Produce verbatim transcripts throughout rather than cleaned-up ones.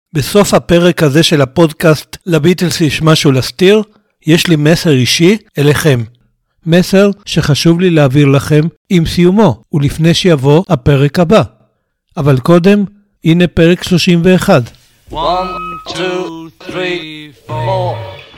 בסוף הפרק הזה של הפודקאסט לביטלס יש משהו להסתיר, יש לי מסר אישי אליכם. מסר שחשוב לי להעביר לכם עם סיומו, ולפני שיבוא הפרק הבא. אבל קודם, הנה פרק שלושים ואחת. one, two, three, four.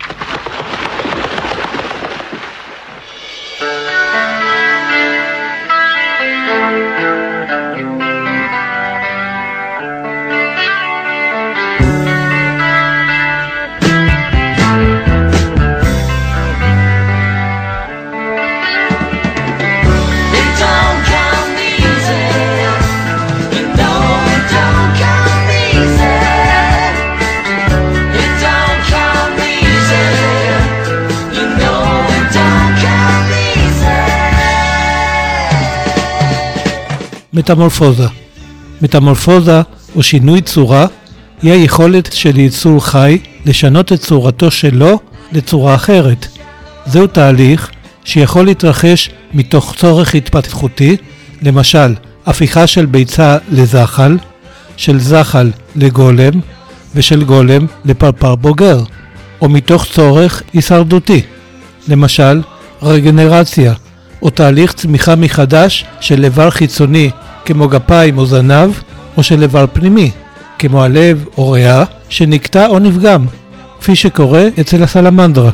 מטמורפוזה. מטמורפוזה או שינוי צורה היא היכולת של יצור חי לשנות את צורתו שלו לצורה אחרת. זהו תהליך שיכול להתרחש מתוך צורך התפתחותי, למשל הפיכה של ביצה לזחל, של זחל לגולם ושל גולם לפרפר בוגר, או מתוך צורך הישרדותי, למשל רגנרציה, או תהליך צמיחה מחדש של איבר חיצוני כמו גפיים או זנב, או של איבר פנימי, כמו הלב או ריאה, שנקטע או נפגם, כפי שקורה אצל הסלמנדרה.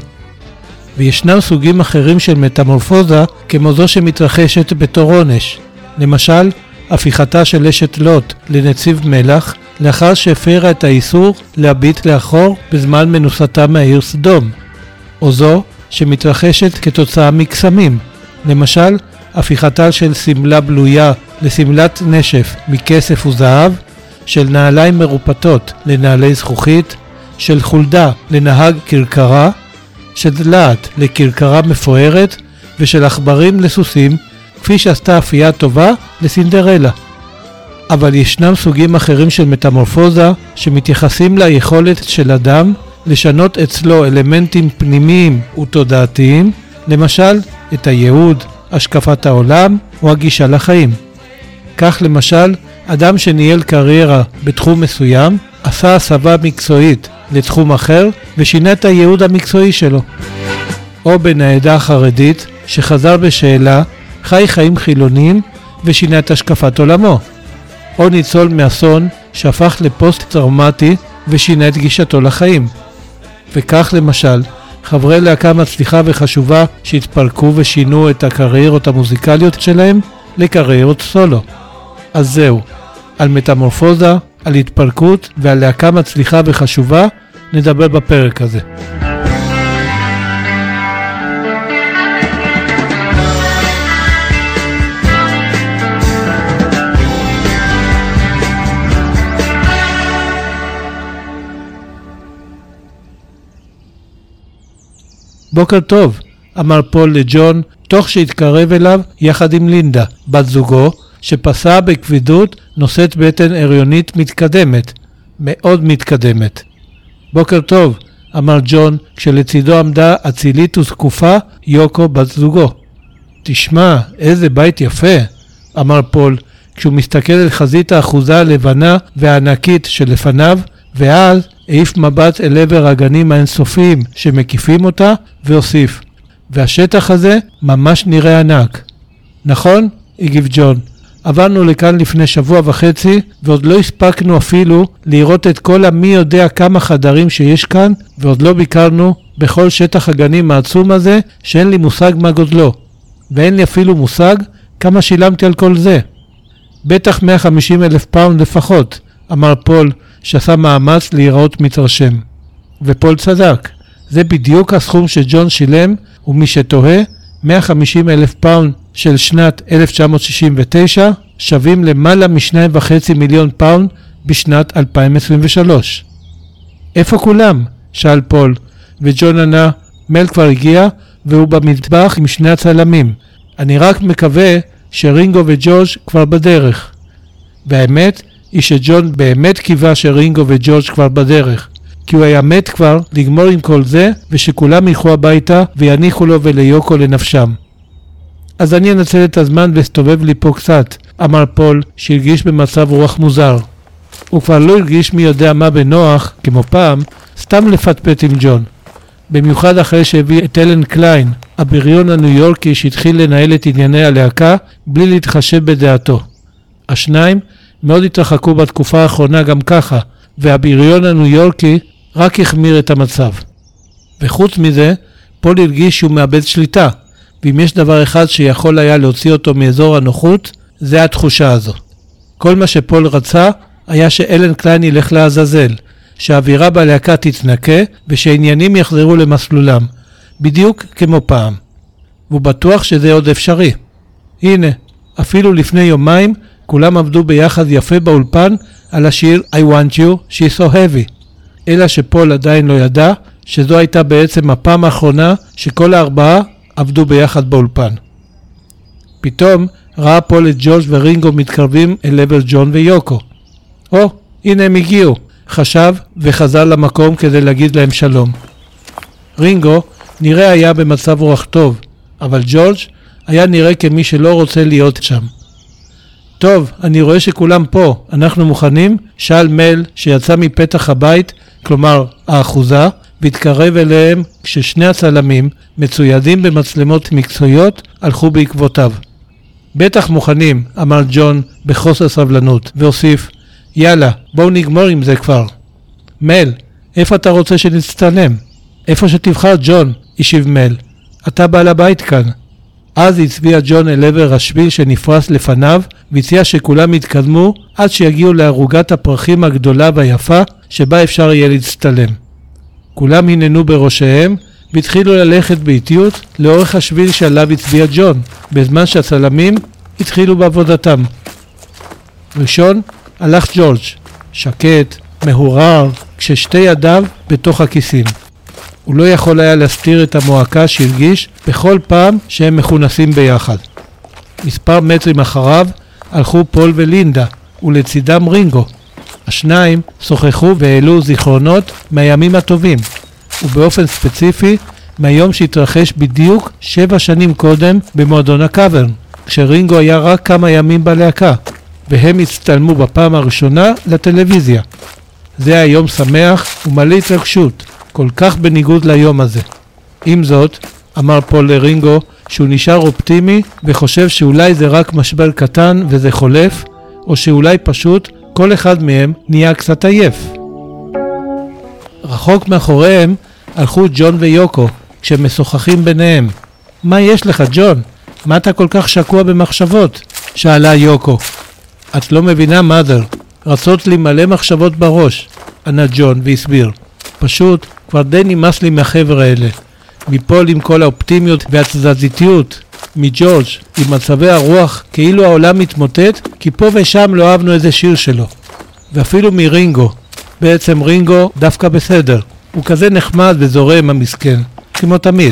וישנם סוגים אחרים של מטמורפוזה, כמו זו שמתרחשת בתור עונש, למשל, הפיכתה של אשת לוט לנציב מלח, לאחר שהפרה את האיסור להביט לאחור בזמן מנוסתה מהעיר סדום, או זו שמתרחשת כתוצאה מקסמים, למשל, הפיכתה של סמלה בלויה לסמלת נשף מכסף וזהב, של נעליים מרופטות לנעלי זכוכית, של חולדה לנהג קרקרה, של דלעת לקרקרה מפוארת, ושל עכברים לסוסים, כפי שעשתה אפייה טובה לסינדרלה. אבל ישנם סוגים אחרים של מטמורפוזה שמתייחסים ליכולת של אדם לשנות אצלו אלמנטים פנימיים ותודעתיים, למשל את הייעוד, השקפת העולם או הגישה לחיים. כך למשל, אדם שניהל קריירה בתחום מסוים, עשה הסבה מקצועית לתחום אחר ושינה את הייעוד המקצועי שלו. או בן העדה החרדית שחזר בשאלה, חי חיים חילוניים ושינה את השקפת עולמו. או ניצול מאסון שהפך לפוסט טראומטי ושינה את גישתו לחיים. וכך למשל, חברי להקה מצליחה וחשובה שהתפרקו ושינו את הקריירות המוזיקליות שלהם לקריירות סולו. אז זהו, על מטמורפוזה, על התפרקות ועל להקה מצליחה וחשובה נדבר בפרק הזה. בוקר טוב, אמר פול לג'ון, תוך שהתקרב אליו יחד עם לינדה, בת זוגו, שפסעה בכבידות נושאת בטן הריונית מתקדמת, מאוד מתקדמת. בוקר טוב, אמר ג'ון, כשלצידו עמדה אצילית וזקופה יוקו בת זוגו. תשמע, איזה בית יפה, אמר פול, כשהוא מסתכל על חזית האחוזה הלבנה והענקית שלפניו, ואז העיף מבט אל עבר הגנים האינסופיים שמקיפים אותה, והוסיף, והשטח הזה ממש נראה ענק. נכון? הגיב ג'ון. עברנו לכאן לפני שבוע וחצי, ועוד לא הספקנו אפילו לראות את כל המי יודע כמה חדרים שיש כאן, ועוד לא ביקרנו בכל שטח הגנים העצום הזה, שאין לי מושג מה גודלו. ואין לי אפילו מושג כמה שילמתי על כל זה. בטח מאה וחמישים אלף פאונד לפחות, אמר פול, שעשה מאמץ להיראות מתרשם. ופול צדק. זה בדיוק הסכום שג'ון שילם, ומי שתוהה, מאה וחמישים אלף פאונד של שנת אלף תשע מאות שישים ותשע שווים למעלה משניים וחצי מיליון פאונד בשנת אלפיים עשרים ושלוש. איפה כולם? שאל פול, וג'ון ענה, מל כבר הגיע והוא במטבח עם שני הצלמים. אני רק מקווה שרינגו וג'ורג' כבר בדרך. והאמת היא שג'ון באמת קיווה שרינגו וג'ורג' כבר בדרך, כי הוא היה מת כבר לגמור עם כל זה ושכולם ילכו הביתה ויניחו לו וליוקו לנפשם. אז אני אנצל את הזמן ואסתובב לי פה קצת, אמר פול שהרגיש במצב רוח מוזר. הוא כבר לא הרגיש מי יודע מה בנוח, כמו פעם, סתם לפטפט עם ג'ון. במיוחד אחרי שהביא את אלן קליין, הבריון הניו יורקי שהתחיל לנהל את ענייני הלהקה בלי להתחשב בדעתו. השניים מאוד התרחקו בתקופה האחרונה גם ככה, והבריון הניו יורקי רק החמיר את המצב. וחוץ מזה, פול הרגיש שהוא מאבד שליטה, ואם יש דבר אחד שיכול היה להוציא אותו מאזור הנוחות, זה התחושה הזו. כל מה שפול רצה היה שאלן קליין ילך לעזאזל, שהאווירה בלהקה תתנקה ושעניינים יחזרו למסלולם, בדיוק כמו פעם. והוא בטוח שזה עוד אפשרי. הנה, אפילו לפני יומיים כולם עבדו ביחד יפה באולפן על השיר I want you, she's so heavy. אלא שפול עדיין לא ידע שזו הייתה בעצם הפעם האחרונה שכל הארבעה עבדו ביחד באולפן. פתאום ראה פול את ג'ורג' ורינגו מתקרבים אל עבר ג'ון ויוקו. או, הנה הם הגיעו, חשב וחזר למקום כדי להגיד להם שלום. רינגו נראה היה במצב רוח טוב, אבל ג'ורג' היה נראה כמי שלא רוצה להיות שם. טוב, אני רואה שכולם פה, אנחנו מוכנים? שאל מל שיצא מפתח הבית, כלומר האחוזה, והתקרב אליהם כששני הצלמים, מצוידים במצלמות מקצועיות, הלכו בעקבותיו. בטח מוכנים, אמר ג'ון בחוסר סבלנות, והוסיף, יאללה, בואו נגמור עם זה כבר. מל, איפה אתה רוצה שנצטלם? איפה שתבחר ג'ון, השיב מל. אתה בעל הבית כאן. אז הצביע ג'ון אל עבר השביל שנפרס לפניו, והציע שכולם יתקדמו עד שיגיעו לערוגת הפרחים הגדולה והיפה, שבה אפשר יהיה להצטלם. כולם הננו בראשיהם, והתחילו ללכת באיטיות לאורך השביל שעליו הצביע ג'ון, בזמן שהצלמים התחילו בעבודתם. ראשון הלך ג'ורג', שקט, מהורר, כששתי ידיו בתוך הכיסים. הוא לא יכול היה להסתיר את המועקה שהרגיש בכל פעם שהם מכונסים ביחד. מספר מטרים אחריו הלכו פול ולינדה, ולצידם רינגו. השניים שוחחו והעלו זיכרונות מהימים הטובים, ובאופן ספציפי מהיום שהתרחש בדיוק שבע שנים קודם במועדון הקאברן, כשרינגו היה רק כמה ימים בלהקה, והם הצטלמו בפעם הראשונה לטלוויזיה. זה היה יום שמח ומלא התרגשות, כל כך בניגוד ליום הזה. עם זאת, אמר פול לרינגו שהוא נשאר אופטימי וחושב שאולי זה רק משבר קטן וזה חולף, או שאולי פשוט כל אחד מהם נהיה קצת עייף. רחוק מאחוריהם הלכו ג'ון ויוקו כשהם משוחחים ביניהם. מה יש לך ג'ון? מה אתה כל כך שקוע במחשבות? שאלה יוקו. את לא מבינה מאדר, רצות לי מלא מחשבות בראש, ענה ג'ון והסביר. פשוט כבר די נמאס לי מהחבר'ה האלה. מפול עם כל האופטימיות והתזזיתיות, מג'ורג' עם מצבי הרוח כאילו העולם מתמוטט, כי פה ושם לא אהבנו איזה שיר שלו. ואפילו מרינגו, בעצם רינגו דווקא בסדר, הוא כזה נחמד וזורם המסכן, כמו תמיד.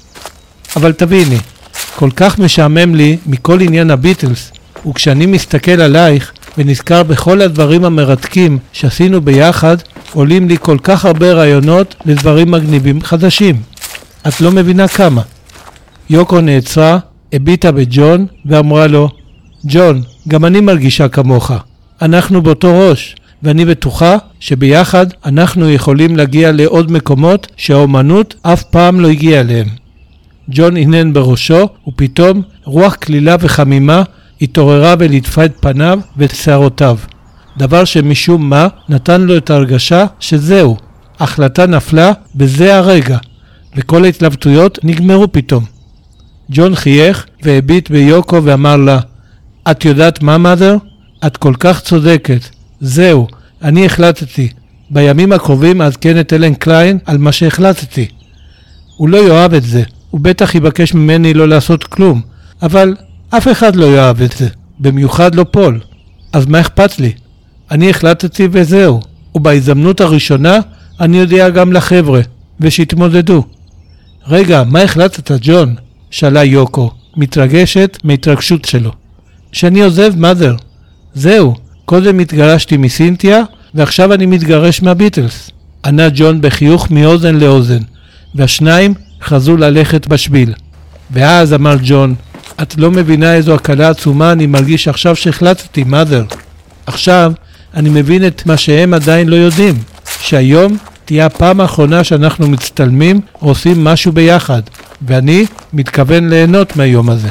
אבל תביני, כל כך משעמם לי מכל עניין הביטלס, וכשאני מסתכל עלייך ונזכר בכל הדברים המרתקים שעשינו ביחד, עולים לי כל כך הרבה רעיונות לדברים מגניבים חדשים. את לא מבינה כמה. יוקו נעצרה, הביטה בג'ון ואמרה לו, ג'ון, גם אני מרגישה כמוך. אנחנו באותו ראש, ואני בטוחה שביחד אנחנו יכולים להגיע לעוד מקומות שהאומנות אף פעם לא הגיעה אליהם. ג'ון עינן בראשו, ופתאום רוח כלילה וחמימה התעוררה ולטפה את פניו ואת שערותיו. דבר שמשום מה נתן לו את ההרגשה שזהו, החלטה נפלה בזה הרגע, וכל ההתלבטויות נגמרו פתאום. ג'ון חייך והביט ביוקו ואמר לה, את יודעת מה מאדר? את כל כך צודקת. זהו, אני החלטתי. בימים הקרובים אעדכן את אלן קליין על מה שהחלטתי. הוא לא יאהב את זה, הוא בטח יבקש ממני לא לעשות כלום, אבל אף אחד לא יאהב את זה, במיוחד לא פול. אז מה אכפת לי? אני החלטתי וזהו, ובהזדמנות הראשונה אני יודע גם לחבר'ה, ושתמודדו. רגע, מה החלטת ג'ון? שאלה יוקו, מתרגשת מהתרגשות שלו. שאני עוזב מאדר. זהו, קודם התגרשתי מסינתיה, ועכשיו אני מתגרש מהביטלס. ענה ג'ון בחיוך מאוזן לאוזן, והשניים חזרו ללכת בשביל. ואז אמר ג'ון, את לא מבינה איזו הקלה עצומה אני מרגיש עכשיו שהחלטתי, מאדר. עכשיו אני מבין את מה שהם עדיין לא יודעים, שהיום תהיה הפעם האחרונה שאנחנו מצטלמים או עושים משהו ביחד, ואני מתכוון ליהנות מהיום הזה.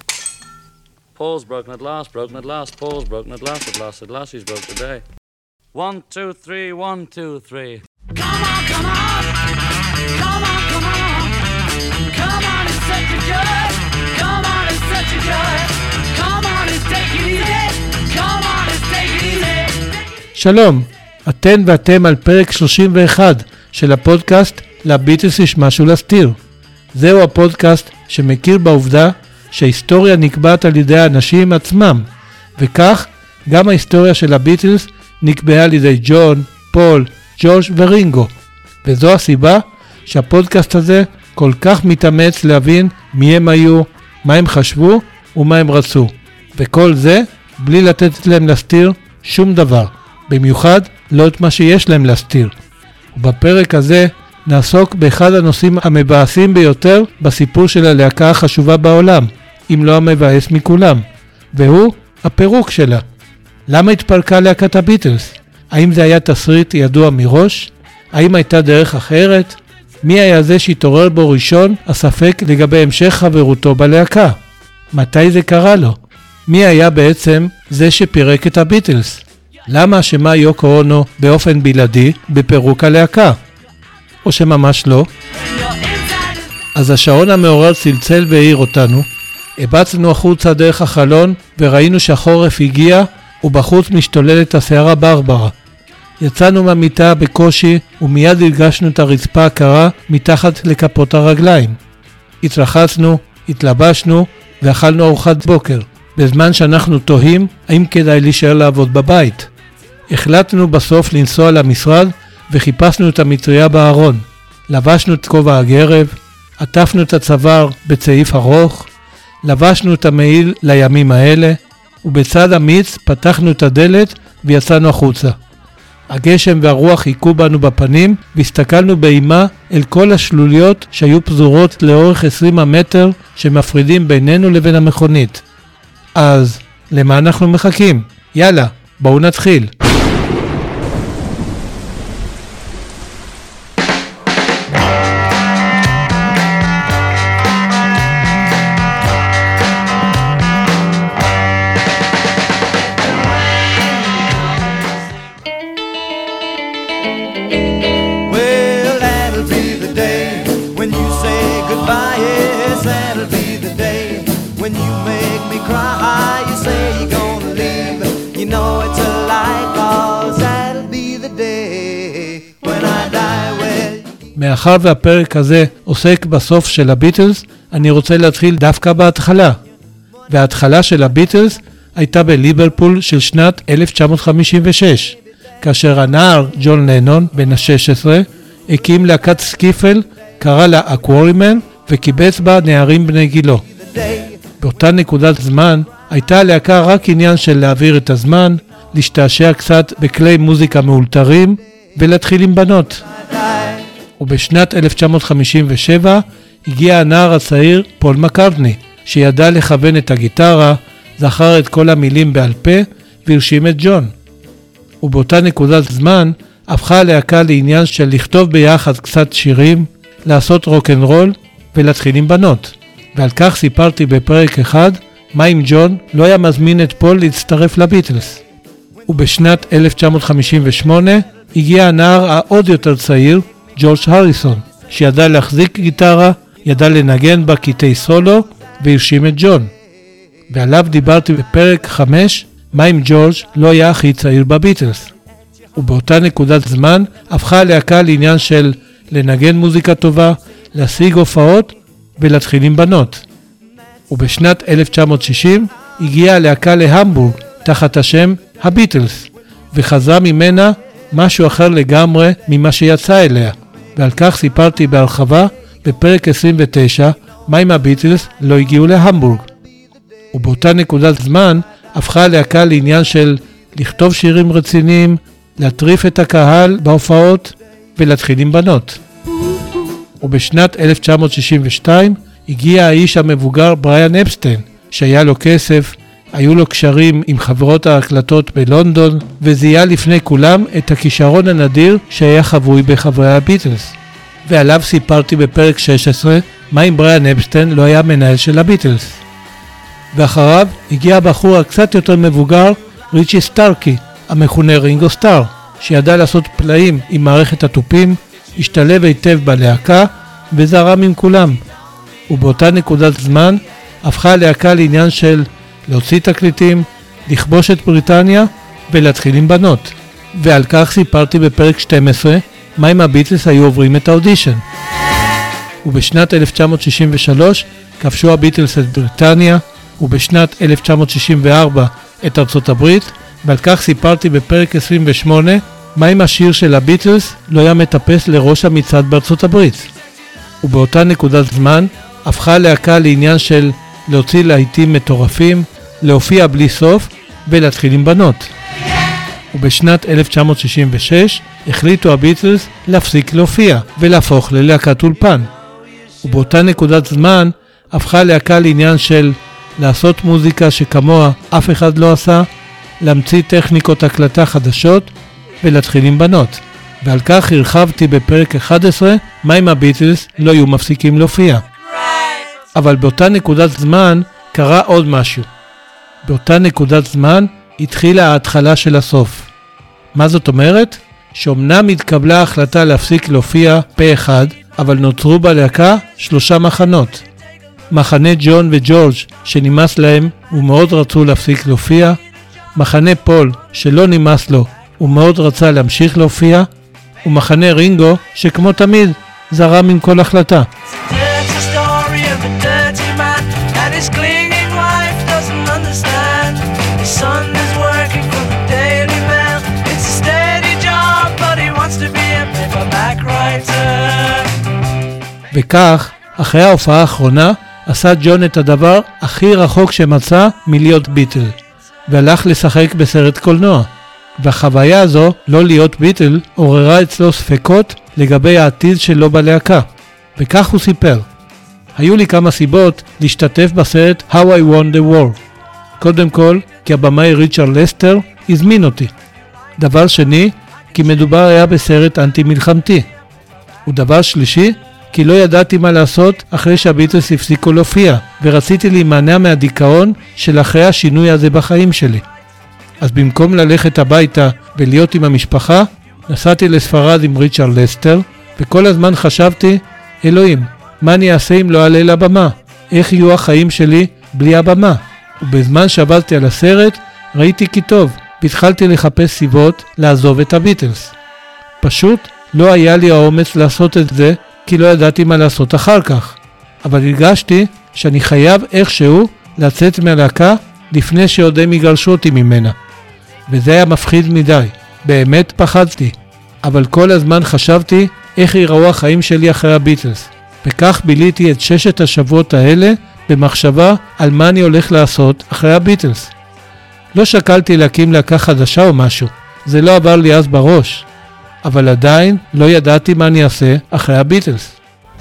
Paul's broken at last, broken at last, Paul's broken at last, at last, at last he's broke today. One, two, three, one, two, three. Come on, come on, come on, come on, come on, it's such a joy, come on, it's such a joy, come on, it's take it easy, come on, it's take it easy. שלום, אתן ואתם על פרק שלושים ואחת של הפודקאסט לביטלס יש משהו להסתיר. זהו הפודקאסט שמכיר בעובדה שההיסטוריה נקבעת על ידי האנשים עצמם, וכך גם ההיסטוריה של הביטלס נקבעה על ידי ג'ון, פול, ג'ורג' ורינגו. וזו הסיבה שהפודקאסט הזה כל כך מתאמץ להבין מי הם היו, מה הם חשבו ומה הם רצו. וכל זה בלי לתת להם להסתיר שום דבר. במיוחד לא את מה שיש להם להסתיר. ובפרק הזה נעסוק באחד הנושאים המבאסים ביותר בסיפור של הלהקה החשובה בעולם, אם לא המבאס מכולם, והוא הפירוק שלה. למה התפרקה להקת הביטלס? האם זה היה תסריט ידוע מראש? האם הייתה דרך אחרת? מי היה זה שהתעורר בו ראשון הספק לגבי המשך חברותו בלהקה? מתי זה קרה לו? מי היה בעצם זה שפירק את הביטלס? למה אשמה יוקו אונו באופן בלעדי בפירוק הלהקה? או שממש לא? אז השעון המעורר צלצל והעיר אותנו, הבצנו החוצה דרך החלון וראינו שהחורף הגיע ובחוץ משתוללת הסערה ברברה. יצאנו מהמיטה בקושי ומיד הרגשנו את הרצפה הקרה מתחת לכפות הרגליים. התרחצנו, התלבשנו ואכלנו ארוחת בוקר, בזמן שאנחנו תוהים האם כדאי להישאר לעבוד בבית. החלטנו בסוף לנסוע למשרד וחיפשנו את המטריה בארון. לבשנו את כובע הגרב, עטפנו את הצוואר בצעיף ארוך, לבשנו את המעיל לימים האלה, ובצד אמיץ פתחנו את הדלת ויצאנו החוצה. הגשם והרוח היכו בנו בפנים והסתכלנו באימה אל כל השלוליות שהיו פזורות לאורך עשרים המטר שמפרידים בינינו לבין המכונית. אז למה אנחנו מחכים? יאללה, בואו נתחיל. מאחר והפרק הזה עוסק בסוף של הביטלס, אני רוצה להתחיל דווקא בהתחלה. וההתחלה של הביטלס הייתה בליברפול של שנת אלף תשע מאות חמישים ושש, כאשר הנער ג'ון לנון, בן ה-שש עשרה, הקים להקת סקיפל, קרא לה אקוורימן, וקיבץ בה נערים בני גילו. באותה נקודת זמן הייתה הלהקה רק עניין של להעביר את הזמן, להשתעשע קצת בכלי מוזיקה מאולתרים, ולהתחיל עם בנות. ובשנת אלף תשע מאות חמישים ושבע הגיע הנער הצעיר פול מקרטני, שידע לכוון את הגיטרה, זכר את כל המילים בעל פה והרשים את ג'ון. ובאותה נקודת זמן הפכה הלהקה לעניין של לכתוב ביחד קצת שירים, לעשות רוק'נ'רול ולהתחיל עם בנות. ועל כך סיפרתי בפרק אחד מה אם ג'ון לא היה מזמין את פול להצטרף לביטלס. ובשנת אלף תשע מאות חמישים ושמונה הגיע הנער העוד יותר צעיר, ג'ורג' הריסון, שידע להחזיק גיטרה, ידע לנגן בה קטעי סולו והרשים את ג'ון. ועליו דיברתי בפרק חמש, מה אם ג'ורג' לא היה הכי צעיר בביטלס. ובאותה נקודת זמן הפכה הלהקה לעניין של לנגן מוזיקה טובה, להשיג הופעות ולהתחיל עם בנות. ובשנת אלף תשע מאות שישים הגיעה הלהקה להמבורג תחת השם הביטלס, וחזרה ממנה משהו אחר לגמרי ממה שיצא אליה, ועל כך סיפרתי בהרחבה בפרק עשרים ותשע, מה אם הביטלס לא הגיעו להמבורג. ובאותה נקודת זמן הפכה הלהקה לעניין של לכתוב שירים רציניים, להטריף את הקהל בהופעות ולהתחיל עם בנות. ובשנת אלף תשע מאות שישים ושתיים הגיע האיש המבוגר בריאן אפסטיין, שהיה לו כסף, היו לו קשרים עם חברות ההקלטות בלונדון, וזיהה לפני כולם את הכישרון הנדיר שהיה חבוי בחברי הביטלס. ועליו סיפרתי בפרק שש עשרה, מה אם בריאן אפשטיין לא היה מנהל של הביטלס. ואחריו הגיע הבחור הקצת יותר מבוגר, ריצ'י סטארקי, המכונה רינגו סטאר, שידע לעשות פלאים עם מערכת התופים, השתלב היטב בלהקה וזרם עם כולם. ובאותה נקודת זמן הפכה הלהקה לעניין של להוציא תקליטים, לכבוש את בריטניה ולהתחיל עם בנות. ועל כך סיפרתי בפרק שתים עשרה, מה אם הביטלס היו עוברים את האודישן. ובשנת אלף תשע מאות שישים ושלוש כבשו הביטלס את בריטניה, ובשנת אלף תשע מאות שישים וארבע את ארצות הברית, ועל כך סיפרתי בפרק עשרים ושמונה, מה אם השיר של הביטלס לא היה מטפס לראש המצעד בארצות הברית. ובאותה נקודת זמן הפכה הלהקה לעניין של להוציא להיטים מטורפים, להופיע בלי סוף ולהתחיל עם בנות. ובשנת אלף תשע מאות שישים ושש החליטו הביטלס להפסיק להופיע ולהפוך ללהקת אולפן. ובאותה נקודת זמן הפכה הלהקה לעניין של לעשות מוזיקה שכמוה אף אחד לא עשה, להמציא טכניקות הקלטה חדשות ולהתחיל עם בנות. ועל כך הרחבתי בפרק אחד עשרה, מה אם הביטלס לא היו מפסיקים להופיע. אבל באותה נקודת זמן קרה עוד משהו. באותה נקודת זמן התחילה ההתחלה של הסוף. מה זאת אומרת? שאומנם התקבלה ההחלטה להפסיק להופיע פה אחד, אבל נוצרו בלהקה שלושה מחנות. מחנה ג'ון וג'ורג' שנמאס להם ומאוד רצו להפסיק להופיע, מחנה פול שלא נמאס לו ומאוד רצה להמשיך להופיע, ומחנה רינגו שכמו תמיד זרם עם כל החלטה. וכך, אחרי ההופעה האחרונה, עשה ג'ון את הדבר הכי רחוק שמצא מלהיות ביטל, והלך לשחק בסרט קולנוע. והחוויה הזו, לא להיות ביטל, עוררה אצלו ספקות לגבי העתיד שלו בלהקה. וכך הוא סיפר: היו לי כמה סיבות להשתתף בסרט How I Won the War. קודם כל, כי הבמאי ריצ'רד לסטר הזמין אותי. דבר שני, כי מדובר היה בסרט אנטי מלחמתי. ודבר שלישי, כי לא ידעתי מה לעשות אחרי שהביטלס הפסיקו להופיע, ורציתי להימנע מהדיכאון של אחרי השינוי הזה בחיים שלי. אז במקום ללכת הביתה ולהיות עם המשפחה, נסעתי לספרד עם ריצ'רד לסטר, וכל הזמן חשבתי, אלוהים, מה אני אעשה אם לא אעלה לבמה? איך יהיו החיים שלי בלי הבמה? ובזמן שעבדתי על הסרט, ראיתי כי טוב, והתחלתי לחפש סיבות לעזוב את הביטלס. פשוט לא היה לי האומץ לעשות את זה, כי לא ידעתי מה לעשות אחר כך. אבל הרגשתי שאני חייב איכשהו לצאת מהלהקה לפני שעוד הם יגרשו אותי ממנה. וזה היה מפחיד מדי. באמת פחדתי. אבל כל הזמן חשבתי איך ייראו החיים שלי אחרי הביטלס. וכך ביליתי את ששת השבועות האלה במחשבה על מה אני הולך לעשות אחרי הביטלס. לא שקלתי להקים להקה חדשה או משהו. זה לא עבר לי אז בראש. אבל עדיין לא ידעתי מה אני אעשה אחרי הביטלס.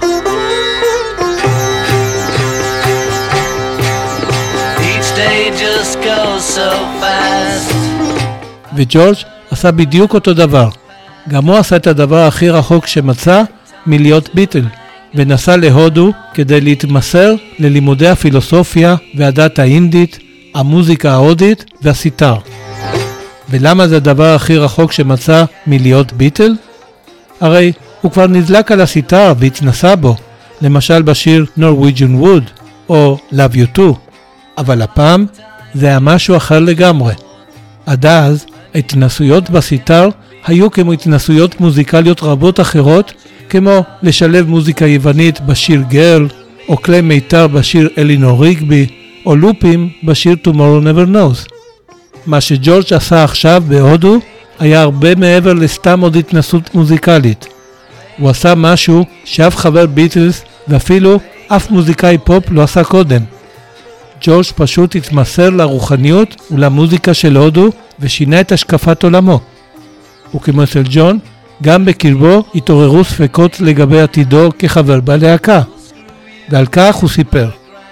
וג'ורג' עשה בדיוק אותו דבר. גם הוא עשה את הדבר הכי רחוק שמצא מלהיות ביטל, ונסע להודו כדי להתמסר ללימודי הפילוסופיה והדת ההינדית, המוזיקה ההודית והסיטר. ולמה זה הדבר הכי רחוק שמצא מלהיות ביטל? הרי הוא כבר נדלק על הסיטר והתנסה בו, למשל בשיר Norwegian Wood או Love You Too, אבל הפעם זה היה משהו אחר לגמרי. עד אז ההתנסויות בסיטר היו כמו התנסויות מוזיקליות רבות אחרות, כמו לשלב מוזיקה יוונית בשיר גרל, או כלי מיתר בשיר אלינור ריגבי, או לופים בשיר Tomorrow Never Knows. מה שג'ורג' עשה עכשיו בהודו היה הרבה מעבר לסתם עוד התנסות מוזיקלית. הוא עשה משהו שאף חבר ביטלס ואפילו אף מוזיקאי פופ לא עשה קודם. ג'ורג' פשוט התמסר לרוחניות ולמוזיקה של הודו ושינה את השקפת עולמו. וכמו אצל ג'ון, גם בקרבו התעוררו ספקות לגבי עתידו כחבר בלהקה. ועל כך הוא סיפר: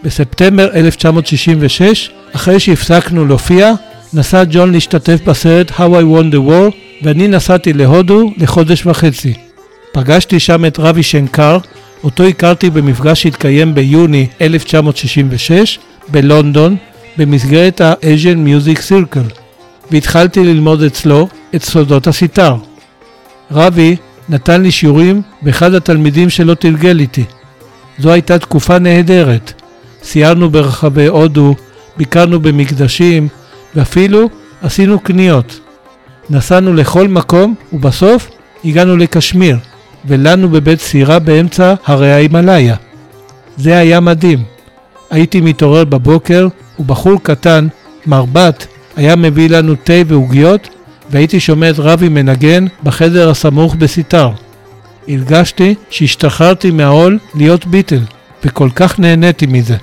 בספטמבר אלף תשע מאות שישים ושש, אחרי שהפסקנו להופיע, נסע ג'ון להשתתף בסרט How I Won the War, ואני נסעתי להודו לחודש וחצי. פגשתי שם את רבי שנקר, אותו הכרתי במפגש שהתקיים ביוני אלף תשע מאות שישים ושש בלונדון, במסגרת ה-Asian Music Circle, והתחלתי ללמוד אצלו את סודות הסיטר. רבי נתן לי שיעורים באחד התלמידים שלו תרגל איתי. זו הייתה תקופה נהדרת. סיירנו ברחבי הודו, ביקרנו במקדשים, ואפילו עשינו קניות. נסענו לכל מקום, ובסוף הגענו לקשמיר, ולנו בבית סירה באמצע הרי ההימאליה. זה היה מדהים. הייתי מתעורר בבוקר, ובחור קטן, מרבט, היה מביא לנו תה ועוגיות, והייתי שומע את רבי מנגן בחדר הסמוך בסיטר. הרגשתי שהשתחררתי מהעול להיות ביטל, וכל כך נהניתי מזה.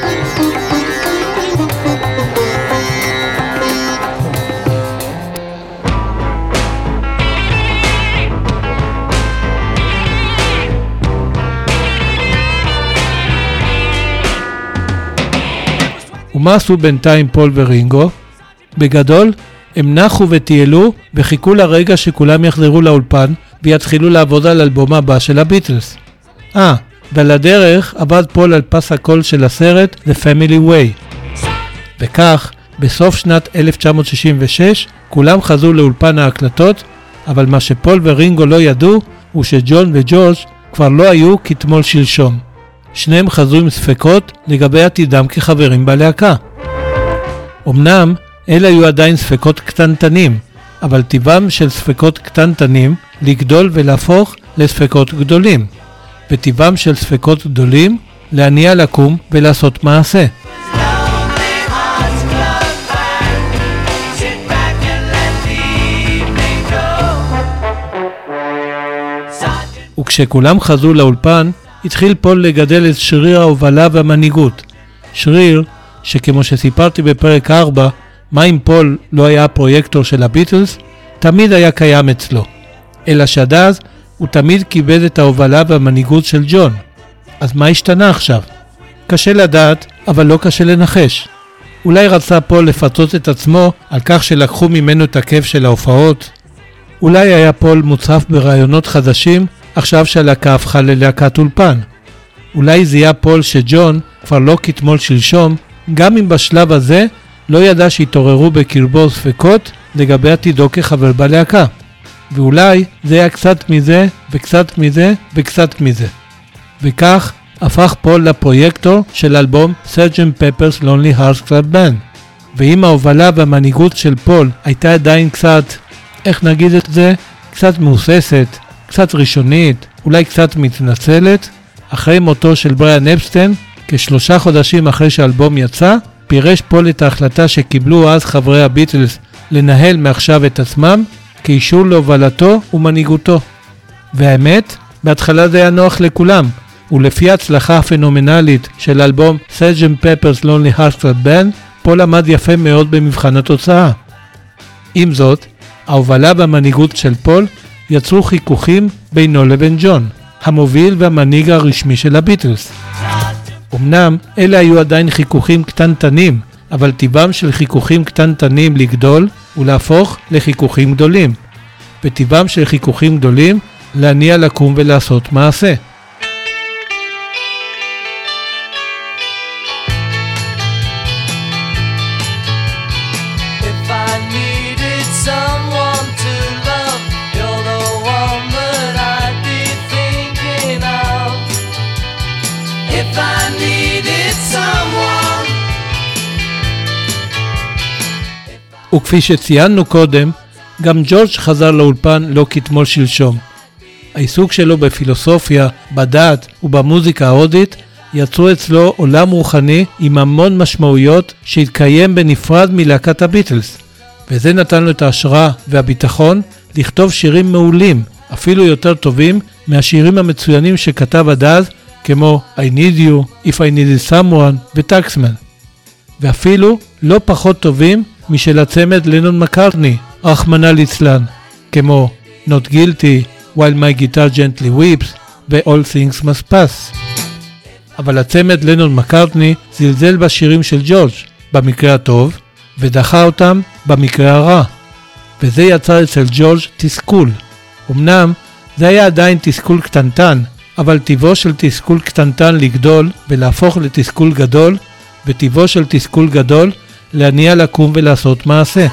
ומה עשו בינתיים פול ורינגו? בגדול, הם נחו וטיילו וחיכו לרגע שכולם יחזרו לאולפן ויתחילו לעבוד על אלבום הבא של הביטלס. אה, ועל הדרך עבד פול על פס הקול של הסרט The Family Way. וכך, בסוף שנת אלף תשע מאות שישים ושש, כולם חזרו לאולפן ההקלטות, אבל מה שפול ורינגו לא ידעו, הוא שג'ון וג'ורג' כבר לא היו כתמול שלשום. שניהם חזרו עם ספקות לגבי עתידם כחברים בלהקה. אמנם, אלה היו עדיין ספקות קטנטנים, אבל טבעם של ספקות קטנטנים לגדול ולהפוך לספקות גדולים, וטבעם של ספקות גדולים להניע לקום ולעשות מעשה. וכשכולם חזרו לאולפן, התחיל פול לגדל את שריר ההובלה והמנהיגות. שריר שכמו שסיפרתי בפרק ארבע, מה אם פול לא היה הפרויקטור של הביטלס, תמיד היה קיים אצלו. אלא שעד אז הוא תמיד כיבד את ההובלה והמנהיגות של ג'ון. אז מה השתנה עכשיו? קשה לדעת, אבל לא קשה לנחש. אולי רצה פול לפצות את עצמו על כך שלקחו ממנו את הכיף של ההופעות. אולי היה פול מוצף ברעיונות חדשים, עכשיו שהלהקה הפכה ללהקת אולפן. אולי זיהה פול שג'ון כבר לא כתמול שלשום, גם אם בשלב הזה לא ידע שהתעוררו בקרבו ספקות לגבי עתידו כחבר בלהקה. ואולי זה היה קצת מזה וקצת מזה וקצת מזה. וכך הפך פול לפרויקטור של אלבום סרג'נט פפרס לונלי הארטס קלאב בנד. ואם ההובלה והמנהיגות של פול הייתה עדיין קצת, איך נגיד את זה, קצת מאוססת, קצת ראשונית, אולי קצת מתנצלת, אחרי מותו של בריאן אפסטיין, כשלושה חודשים אחרי שהאלבום יצא, פירש פול את ההחלטה שקיבלו אז חברי הביטלס לנהל מעכשיו את עצמם כאישור להובלתו ומנהיגותו. והאמת, בהתחלה זה היה נוח לכולם, ולפי ההצלחה הפנומנלית של אלבום סרג'נט פפרס לונלי הארטס קלאב בנד, פול עמד יפה מאוד במבחן התוצאה. עם זאת, ההובלה והמנהיגות של פול יצרו חיכוכים בינו לבין ג'ון, המוביל והמנהיג הרשמי של הביטלס. אמנם אלה היו עדיין חיכוכים קטנטנים, אבל טבעם של חיכוכים קטנטנים לגדול ולהפוך לחיכוכים גדולים, וטבעם של חיכוכים גדולים להניע לקום ולעשות מעשה. וכפי שציינו קודם, גם ג'ורג' חזר לאולפן לא כתמול שלשום. העיסוק שלו בפילוסופיה, בדת ובמוזיקה ההודית יצרו אצלו עולם רוחני עם המון משמעויות שהתקיים בנפרד מלהקת הביטלס, וזה נתן לו את ההשראה והביטחון לכתוב שירים מעולים, אפילו יותר טובים מהשירים המצוינים שכתב עד אז, כמו I Need You, If I Needed Someone וטקסמן, ואפילו לא פחות טובים משל הצמד לנון מקרטני, רחמנא ליצלן, כמו Not Guilty, While My Guitar Gently Weeps ו-All Things Must Pass. אבל הצמד לנון מקרטני זלזל בשירים של ג'ורג' במקרה הטוב, ודחה אותם במקרה הרע. וזה יצר אצל ג'ורג' תסכול. אמנם זה היה עדיין תסכול קטנטן, אבל טבעו של תסכול קטנטן לגדול ולהפוך לתסכול גדול, וטבעו של תסכול גדול להניע לקום ולעשות מעשה.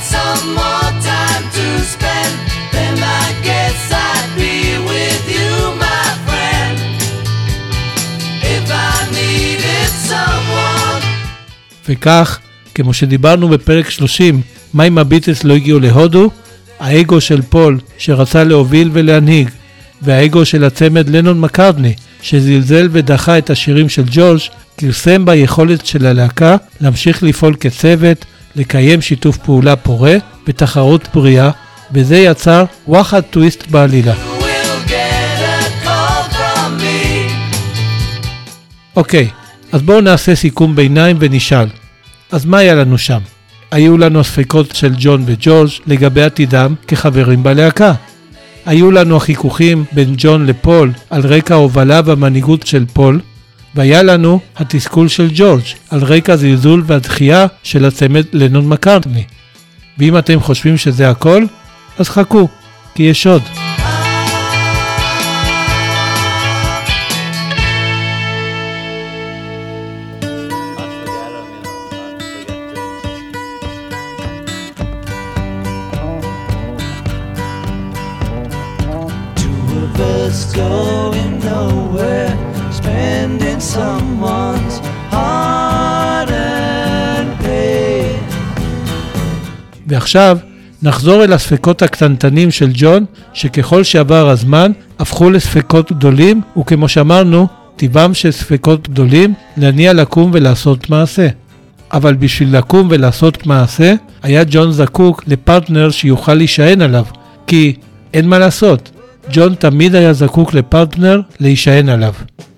וכך, כמו שדיברנו בפרק שלושים, מה אם הביטלס לא הגיעו להודו? האגו של פול שרצה להוביל ולהנהיג, והאגו של הצמד לנון מקרטני שזלזל ודחה את השירים של ג'ורג' כרסם ביכולת של הלהקה להמשיך לפעול כצוות, לקיים שיתוף פעולה פורה בתחרות בריאה, וזה יצר וואחד טוויסט בעלילה. אוקיי, אז בואו נעשה סיכום ביניים ונשאל. אז מה היה לנו שם? היו לנו הספקות של ג'ון וג'ורג' לגבי עתידם כחברים בלהקה. היו לנו החיכוכים בין ג'ון לפול על רקע ההובלה והמנהיגות של פול, והיה לנו התסכול של ג'ורג' על רקע זלזול והדחייה של הצמד לנון מקרטני. ואם אתם חושבים שזה הכל, אז חכו, כי יש עוד. Going nowhere, spending someone's hard-earned pay. ועכשיו נחזור אל הספקות הקטנטנים של ג'ון, שככל שעבר הזמן הפכו לספקות גדולים, וכמו שאמרנו, טבעם של ספקות גדולים להניע לקום ולעשות מעשה. אבל בשביל לקום ולעשות מעשה, היה ג'ון זקוק לפרטנר שיוכל להישען עליו, כי אין מה לעשות. ג'ון תמיד היה זקוק לפרטנר להישען עליו.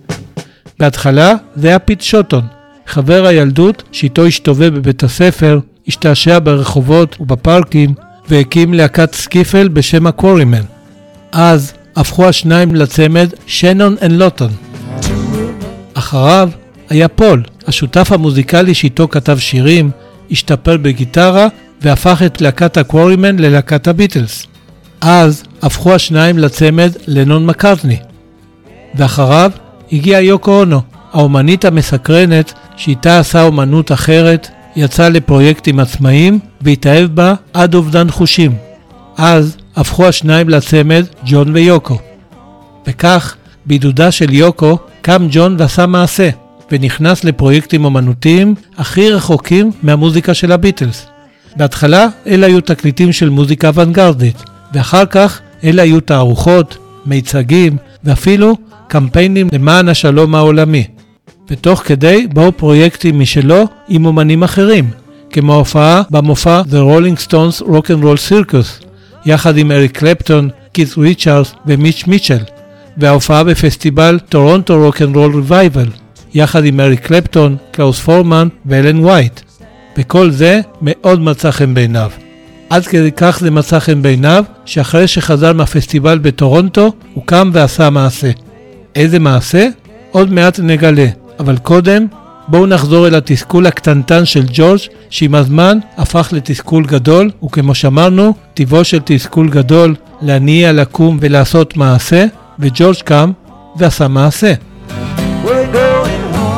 בהתחלה זה היה פיט שוטון, חבר הילדות שאיתו השתובב בבית הספר, השתעשע ברחובות ובפארקים, והקים להקת סקיפל בשם הקוורימן. אז הפכו השניים לצמד שנון ולוטון. אחריו היה פול, השותף המוזיקלי שאיתו כתב שירים, השתפר בגיטרה והפך את להקת הקוורימן ללהקת הביטלס. אז הפכו השניים לצמד לנון מקרטני. ואחריו הגיע יוקו אונו, האומנית המסקרנת שאיתה עשה אומנות אחרת, יצא לפרויקטים עצמאיים והתאהב בה עד אובדן חושים. אז הפכו השניים לצמד ג'ון ויוקו. וכך, בעידודה של יוקו, קם ג'ון ועשה מעשה, ונכנס לפרויקטים אומנותיים הכי רחוקים מהמוזיקה של הביטלס. בהתחלה אלה היו תקליטים של מוזיקה אוונגרדית, ואחר כך אלה היו תערוכות, מיצגים ואפילו קמפיינים למען השלום העולמי. ותוך כדי באו פרויקטים משלו עם אומנים אחרים, כמו ההופעה במופע The Rolling Stones Rock and Roll Circus, יחד עם אריק קלפטון, קית' ריצ'רדס ומיץ' מיטשל, וההופעה בפסטיבל טורונטו Rock and Roll Revival, יחד עם אריק קלפטון, קלאוס פורמן ואלן ווייט. וכל זה מאוד מצא חן בעיניו. עד כדי כך זה מצא חן בעיניו, שאחרי שחזר מהפסטיבל בטורונטו, הוא קם ועשה מעשה. איזה מעשה? עוד מעט נגלה. אבל קודם, בואו נחזור אל התסכול הקטנטן של ג'ורג' שעם הזמן הפך לתסכול גדול, וכמו שאמרנו, טבעו של תסכול גדול להניע, לקום ולעשות מעשה, וג'ורג' קם ועשה מעשה. We're going home.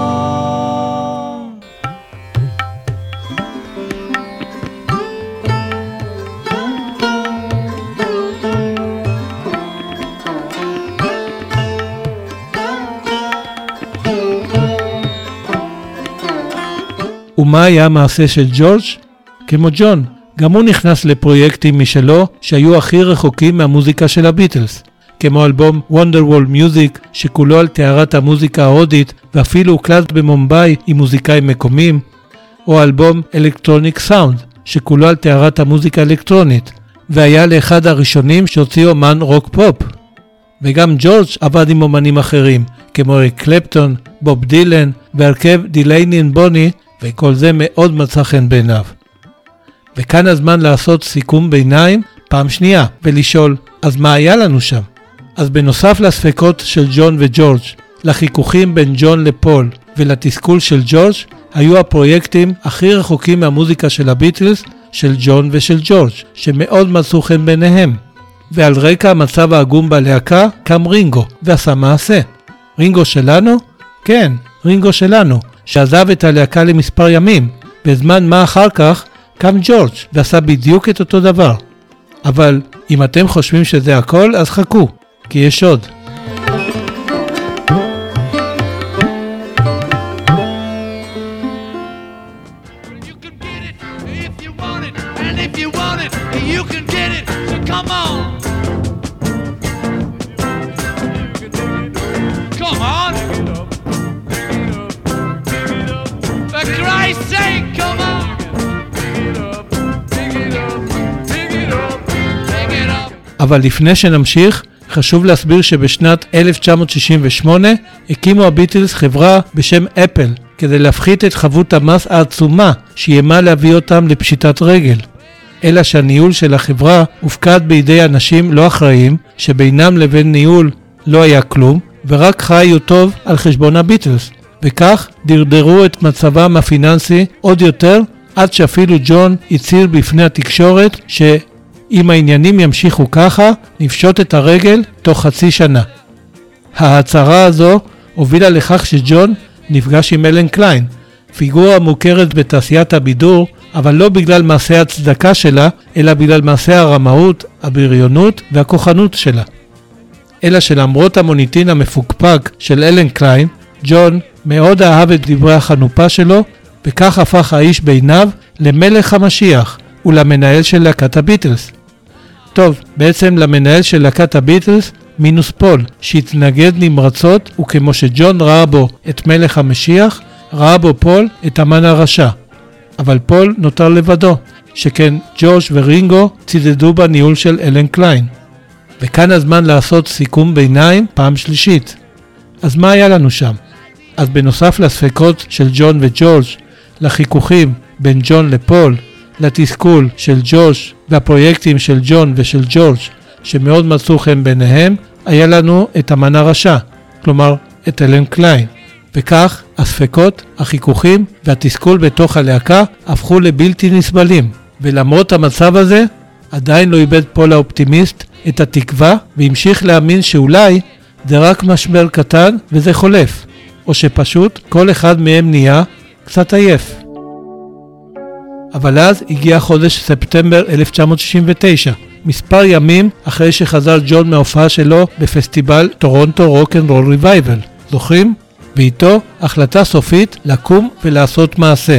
ומה היה המעשה של ג'ורג'? כמו ג'ון, גם הוא נכנס לפרויקטים משלו שהיו הכי רחוקים מהמוזיקה של הביטלס, כמו אלבום Wonderwall Music שכולו על תארת המוזיקה ההודית ואפילו הוקלט במומביי עם מוזיקאים מקומיים, או אלבום Electronic Sound שכולו על תארת המוזיקה האלקטרונית, והיה לאחד הראשונים שהוציאו אומן רוק פופ. וגם ג'ורג' עבד עם אומנים אחרים, כמו אריק קלפטון, בוב דילן והרכב דילייני אנד בוני, וכל זה מאוד מצא חן בעיניו. וכאן הזמן לעשות סיכום ביניים פעם שנייה, ולשאול, אז מה היה לנו שם? אז בנוסף לספקות של ג'ון וג'ורג' לחיכוכים בין ג'ון לפול ולתסכול של ג'ורג' היו הפרויקטים הכי רחוקים מהמוזיקה של הביטלס, של ג'ון ושל ג'ורג', שמאוד מצאו חן ביניהם. ועל רקע המצב העגום בלהקה קם רינגו ועשה מעשה. רינגו שלנו? כן, רינגו שלנו, שעזב את הלהקה למספר ימים, בזמן מה אחר כך קם ג'ורג' ועשה בדיוק את אותו דבר. אבל אם אתם חושבים שזה הכל, אז חכו, כי יש עוד. אבל לפני שנמשיך, חשוב להסביר שבשנת אלף תשע מאות שישים ושמונה הקימו הביטלס חברה בשם אפל, כדי להפחית את חבות המס העצומה שאיימה להביא אותם לפשיטת רגל. אלא שהניהול של החברה הופקד בידי אנשים לא אחראיים, שבינם לבין ניהול לא היה כלום, ורק חיו טוב על חשבון הביטלס, וכך דרדרו את מצבם הפיננסי עוד יותר, עד שאפילו ג'ון הצהיר בפני התקשורת ש... אם העניינים ימשיכו ככה, נפשוט את הרגל תוך חצי שנה. ההצהרה הזו הובילה לכך שג'ון נפגש עם אלן קליין, פיגורה מוכרת בתעשיית הבידור, אבל לא בגלל מעשה הצדקה שלה, אלא בגלל מעשה הרמאות, הבריונות והכוחנות שלה. אלא שלמרות המוניטין המפוקפק של אלן קליין, ג'ון מאוד אהב את דברי החנופה שלו, וכך הפך האיש בעיניו למלך המשיח, ולמנהל של להקת הביטלס. טוב, בעצם למנהל של להקת הביטלס מינוס פול, שהתנגד נמרצות, וכמו שג'ון ראה בו את מלך המשיח, ראה בו פול את המן הרשע. אבל פול נותר לבדו, שכן ג'ורג' ורינגו צידדו בניהול של אלן קליין. וכאן הזמן לעשות סיכום ביניים פעם שלישית. אז מה היה לנו שם? אז בנוסף לספקות של ג'ון וג'ורג', לחיכוכים בין ג'ון לפול, לתסכול של ג'ורג' והפרויקטים של ג'ון ושל ג'ורג' שמאוד מצאו חן ביניהם, היה לנו את המן הרשע, כלומר את אלן קליין. וכך הספקות, החיכוכים והתסכול בתוך הלהקה הפכו לבלתי נסבלים. ולמרות המצב הזה, עדיין לא איבד פול האופטימיסט את התקווה והמשיך להאמין שאולי זה רק משבר קטן וזה חולף, או שפשוט כל אחד מהם נהיה קצת עייף. אבל אז הגיע חודש ספטמבר אלף תשע מאות שישים ותשע, מספר ימים אחרי שחזר ג'ון מההופעה שלו בפסטיבל טורונטו רוק אנד רול ריבייבל. זוכרים? ואיתו החלטה סופית לקום ולעשות מעשה.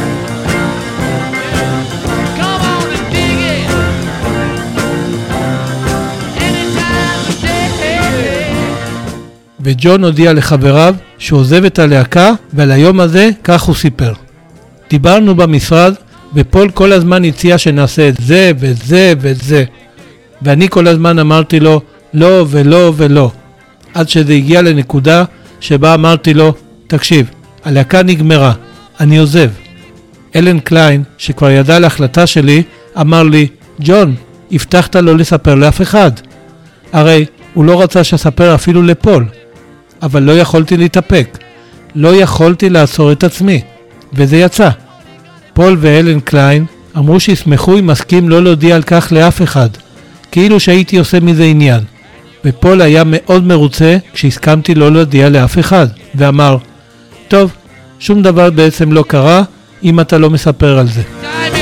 וג'ון הודיע לחבריו שהוא עוזב את הלהקה, ועל היום הזה כך הוא סיפר. דיברנו במשרד, ופול כל הזמן הציע שנעשה את זה ואת זה ואת זה. ואני כל הזמן אמרתי לו לא ולא ולא. עד שזה הגיע לנקודה שבה אמרתי לו, תקשיב, הלהקה נגמרה, אני עוזב. אלן קליין, שכבר ידע להחלטה שלי, אמר לי, ג'ון, הבטחת לא לספר לאף אחד. הרי הוא לא רצה שספר אפילו לפול. אבל לא יכולתי להתאפק. לא יכולתי לעצור את עצמי. וזה יצא. פול ואלן קליין אמרו שישמחו אם מסכים לא להודיע על כך לאף אחד, כאילו שהייתי עושה מזה עניין. ופול היה מאוד מרוצה כשהסכמתי לא להודיע לאף אחד, ואמר, טוב, שום דבר בעצם לא קרה אם אתה לא מספר על זה.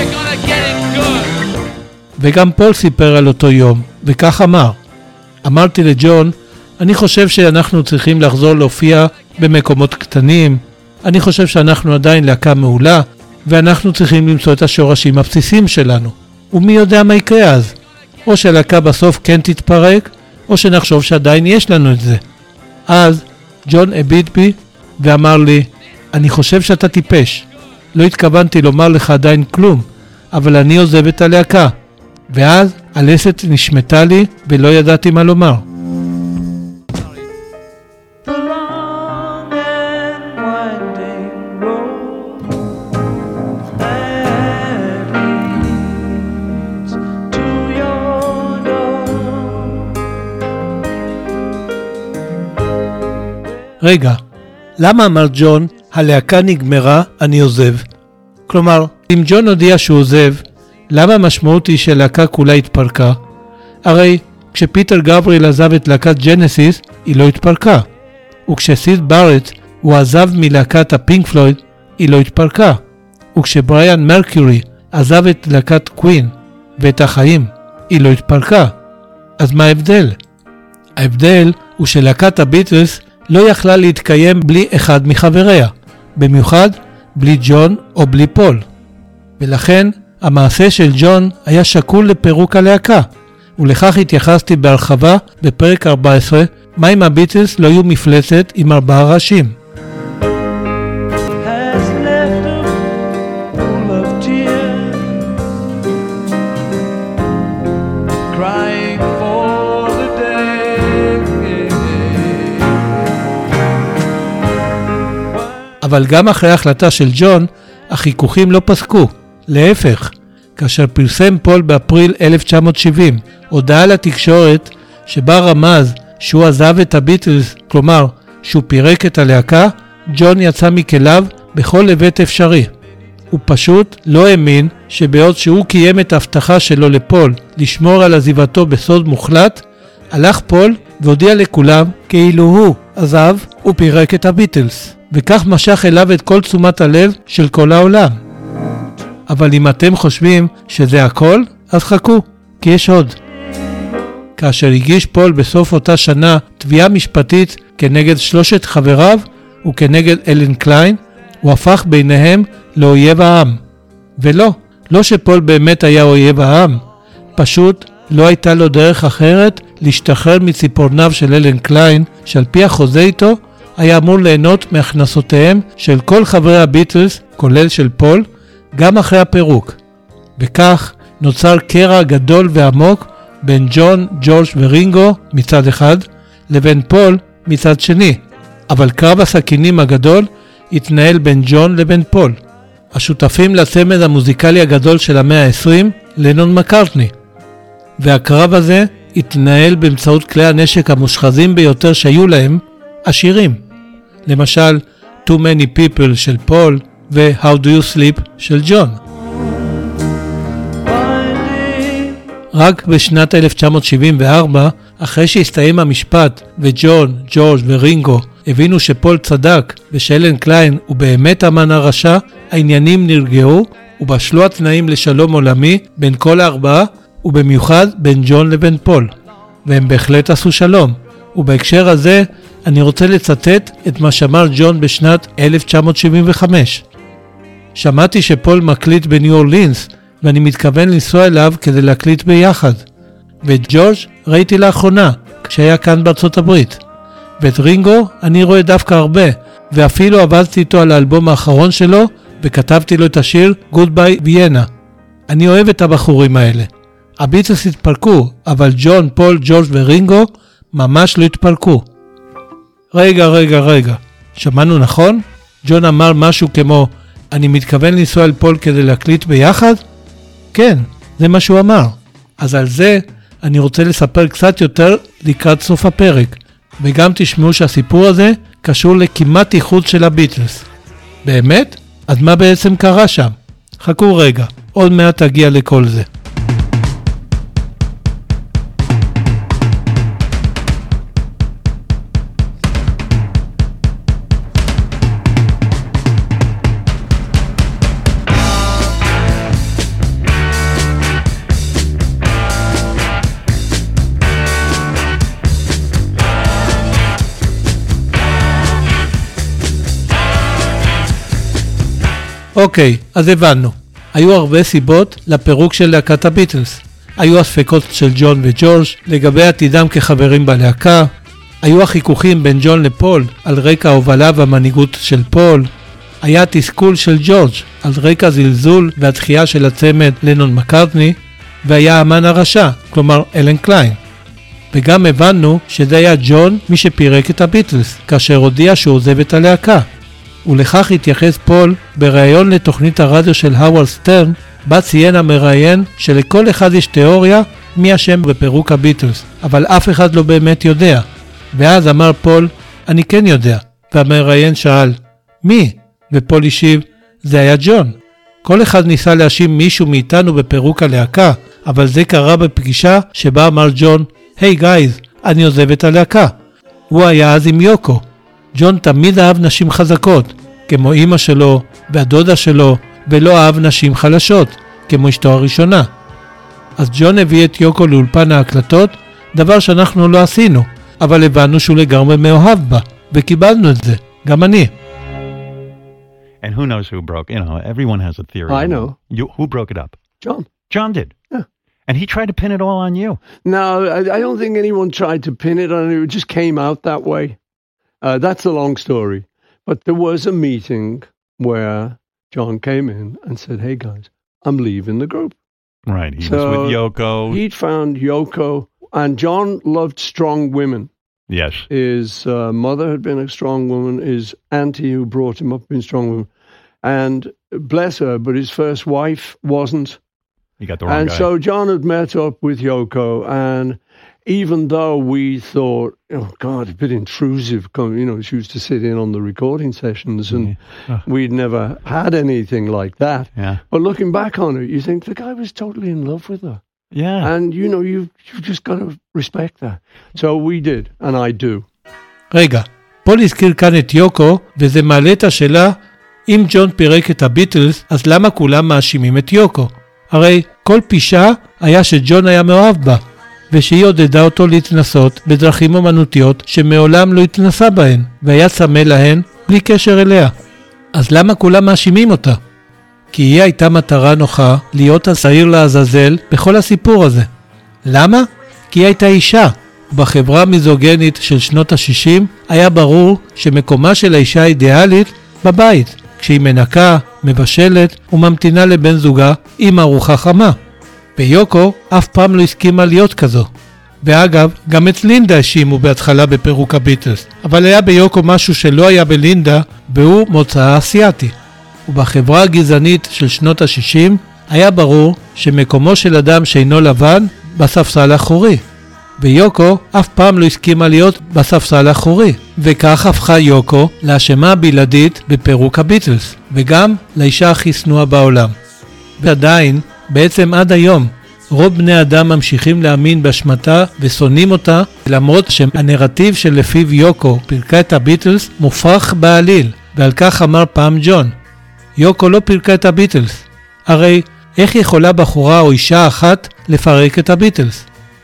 וגם פול סיפר על אותו יום, וכך אמר. אמרתי לג'ון, אני חושב שאנחנו צריכים לחזור להופיע במקומות קטנים, אני חושב שאנחנו עדיין להקה מעולה, ואנחנו צריכים למצוא את השורשים הבסיסיים שלנו. ומי יודע מה יקרה אז? או שהלהקה בסוף כן תתפרק, או שנחשוב שעדיין יש לנו את זה. אז ג'ון הביט בי ואמר לי, אני חושב שאתה טיפש. לא התכוונתי לומר לך עדיין כלום, אבל אני עוזב את הלהקה. ואז הלסת נשמטה לי ולא ידעתי מה לומר. רגע, למה אמר ג'ון, הלהקה נגמרה, אני עוזב? כלומר, אם ג'ון הודיע שהוא עוזב, למה המשמעות היא שהלהקה כולה התפרקה? הרי כשפיטר גבריאל עזב את להקת ג'נסיס, היא לא התפרקה. וכשסיד בארט הוא עזב מלהקת הפינק פלויד, היא לא התפרקה. וכשבריאן מרקיורי עזב את להקת קווין ואת החיים, היא לא התפרקה. אז מה ההבדל? ההבדל הוא שלהקת הביטלס לא יכלה להתקיים בלי אחד מחבריה, במיוחד בלי ג'ון או בלי פול. ולכן המעשה של ג'ון היה שקול לפירוק הלהקה, ולכך התייחסתי בהרחבה בפרק ארבע עשרה, מה אם הביטלס לא יהיו מפלצת עם ארבעה ראשים. אבל גם אחרי ההחלטה של ג'ון, החיכוכים לא פסקו. להפך, כאשר פרסם פול באפריל אלף תשע מאות שבעים הודעה לתקשורת שבה רמז שהוא עזב את הביטלס, כלומר שהוא פירק את הלהקה, ג'ון יצא מכליו בכל היבט אפשרי. הוא פשוט לא האמין שבעוד שהוא קיים את ההבטחה שלו לפול לשמור על עזיבתו בסוד מוחלט, הלך פול והודיע לכולם כאילו הוא עזב ופירק את הביטלס. וכך משך אליו את כל תשומת הלב של כל העולם. אבל אם אתם חושבים שזה הכל, אז חכו, כי יש עוד. כאשר הגיש פול בסוף אותה שנה תביעה משפטית כנגד שלושת חבריו וכנגד אלן קליין, הוא הפך ביניהם לאויב העם. ולא, לא שפול באמת היה אויב העם, פשוט לא הייתה לו דרך אחרת להשתחרר מציפורניו של אלן קליין, שעל פי החוזה איתו, היה אמור ליהנות מהכנסותיהם של כל חברי הביטלס, כולל של פול, גם אחרי הפירוק. וכך נוצר קרע גדול ועמוק בין ג'ון, ג'ורג' ורינגו מצד אחד, לבין פול מצד שני. אבל קרב הסכינים הגדול התנהל בין ג'ון לבין פול. השותפים לצמד המוזיקלי הגדול של המאה ה-עשרים, לנון מקרטני. והקרב הזה התנהל באמצעות כלי הנשק המושחזים ביותר שהיו להם, השירים. למשל, Too Many People של פול ו-How Do You Sleep של ג'ון. רק בשנת אלף תשע מאות שבעים וארבע, אחרי שהסתיים המשפט וג'ון, ג'ורג' ורינגו הבינו שפול צדק ושאלן קליין הוא באמת אמן הרשע, העניינים נרגעו ובשלו התנאים לשלום עולמי בין כל הארבעה ובמיוחד בין ג'ון לבין פול. והם בהחלט עשו שלום. ובהקשר הזה אני רוצה לצטט את מה שאמר ג'ון בשנת אלף תשע מאות שבעים וחמש. שמעתי שפול מקליט בניו אורלינס ואני מתכוון לנסוע אליו כדי להקליט ביחד. ואת ג'ורג' ראיתי לאחרונה כשהיה כאן בארצות הברית. ואת רינגו אני רואה דווקא הרבה, ואפילו עבדתי איתו על האלבום האחרון שלו וכתבתי לו את השיר Goodbye Vienna. אני אוהב את הבחורים האלה. הביטלס התפרקו, אבל ג'ון, פול, ג'ורג' ורינגו ממש לא התפרקו. רגע, רגע, רגע. שמענו נכון? ג'ון אמר משהו כמו, אני מתכוון לנסוע אל פול כדי להקליט ביחד? כן, זה מה שהוא אמר. אז על זה אני רוצה לספר קצת יותר לקראת סוף הפרק, וגם תשמעו שהסיפור הזה קשור לכמעט איחוד של הביטלס. באמת? אז מה בעצם קרה שם? חכו רגע, עוד מעט תגיע לכל זה. אוקיי, אז הבנו. היו הרבה סיבות לפירוק של להקת הביטלס. היו הספקות של ג'ון וג'ורג' לגבי עתידם כחברים בלהקה. היו החיכוכים בין ג'ון לפול על רקע ההובלה והמנהיגות של פול. היה תסכול של ג'ורג' על רקע זלזול והדחייה של הצמד לנון מקרטני. והיה אמן הרשע, כלומר אלן קליין. וגם הבנו שזה היה ג'ון מי שפירק את הביטלס, כאשר הודיע שהוא עוזב את הלהקה. ולכך התייחס פול בראיון לתוכנית הרדיו של האוורד סטרן, בה ציין המראיין שלכל אחד יש תיאוריה מי אשם בפירוק הביטלס, אבל אף אחד לא באמת יודע. ואז אמר פול, אני כן יודע, והמראיין שאל, מי? ופול השיב, זה היה ג'ון. כל אחד ניסה להאשים מישהו מאיתנו בפירוק הלהקה, אבל זה קרה בפגישה שבה אמר ג'ון, היי גייז, אני עוזב את הלהקה. הוא היה אז עם יוקו. ג'ון תמיד אהב נשים חזקות, כמו אמא שלו והדודה שלו, ולא אהב נשים חלשות, כמו אשתו הראשונה. אז ג'ון הביא את יוקו לאולפן ההקלטות, דבר שאנחנו לא עשינו, אבל הבנו שהוא לגמרי מאוהב בה, וקיבלנו את זה, גם אני. And who knows who broke, you know, everyone has a theory. I know. You, who broke it up? John. John did. Yeah. And he tried to pin it all on you. No, I, I don't think anyone tried to pin it on it. It just came out that way. Uh, that's a long story. But there was a meeting where John came in and said, hey guys, I'm leaving the group. Right, he so was with Yoko. He'd found Yoko, and John loved strong women. Yes. His uh, mother had been a strong woman, his auntie who brought him up had been a strong woman. And bless her, but his first wife wasn't. You got the wrong and guy. So John had met up with Yoko, and even though we thought, oh God, a bit intrusive, you know, she used to sit in on the recording sessions, and yeah. oh. we'd never had anything like that. Yeah. But looking back on it, you think the guy was totally in love with her. Yeah. And, you know, you've, you've just got to respect that. So we did, and I do. רגע, פול הזכיר כאן את יוקו, וזה מעלה את השאלה, אם ג'ון פירק את הביטלס, אז למה כולם מאשימים את יוקו? הרי כל פישה היה שג'ון היה מאוהב בה, ושהיא עודדה אותו להתנסות בדרכים אומנותיות שמעולם לא התנסה בהן, והיה צמא להן בלי קשר אליה. אז למה כולם מאשימים אותה? כי היא הייתה מטרה נוחה להיות השעיר לעזאזל בכל הסיפור הזה. למה? כי היא הייתה אישה, ובחברה המיזוגנית של שנות ה-שישים היה ברור שמקומה של האישה האידיאלית בבית, כשהיא מנקה, מבשלת וממתינה לבן זוגה עם ארוחה חמה. ויוקו אף פעם לא הסכימה להיות כזו. ואגב, גם את לינדה האשימו בהתחלה בפירוק הביטלס, אבל היה ביוקו משהו שלא היה בלינדה, והוא מוצאה אסיאתי. ובחברה הגזענית של שנות ה-שישים היה ברור שמקומו של אדם שאינו לבן בספסל האחורי. ויוקו אף פעם לא הסכימה להיות בספסל האחורי, וכך הפכה יוקו לאשמה הבלעדית בפירוק הביטלס, וגם לאישה הכי שנואה בעולם. ועדיין, בעצם עד היום, רוב בני אדם ממשיכים להאמין באשמתה ושונאים אותה, למרות שהנרטיב שלפיו יוקו פירקה את הביטלס מופרך בעליל, ועל כך אמר פעם ג'ון, יוקו לא פירקה את הביטלס. הרי איך יכולה בחורה או אישה אחת לפרק את הביטלס?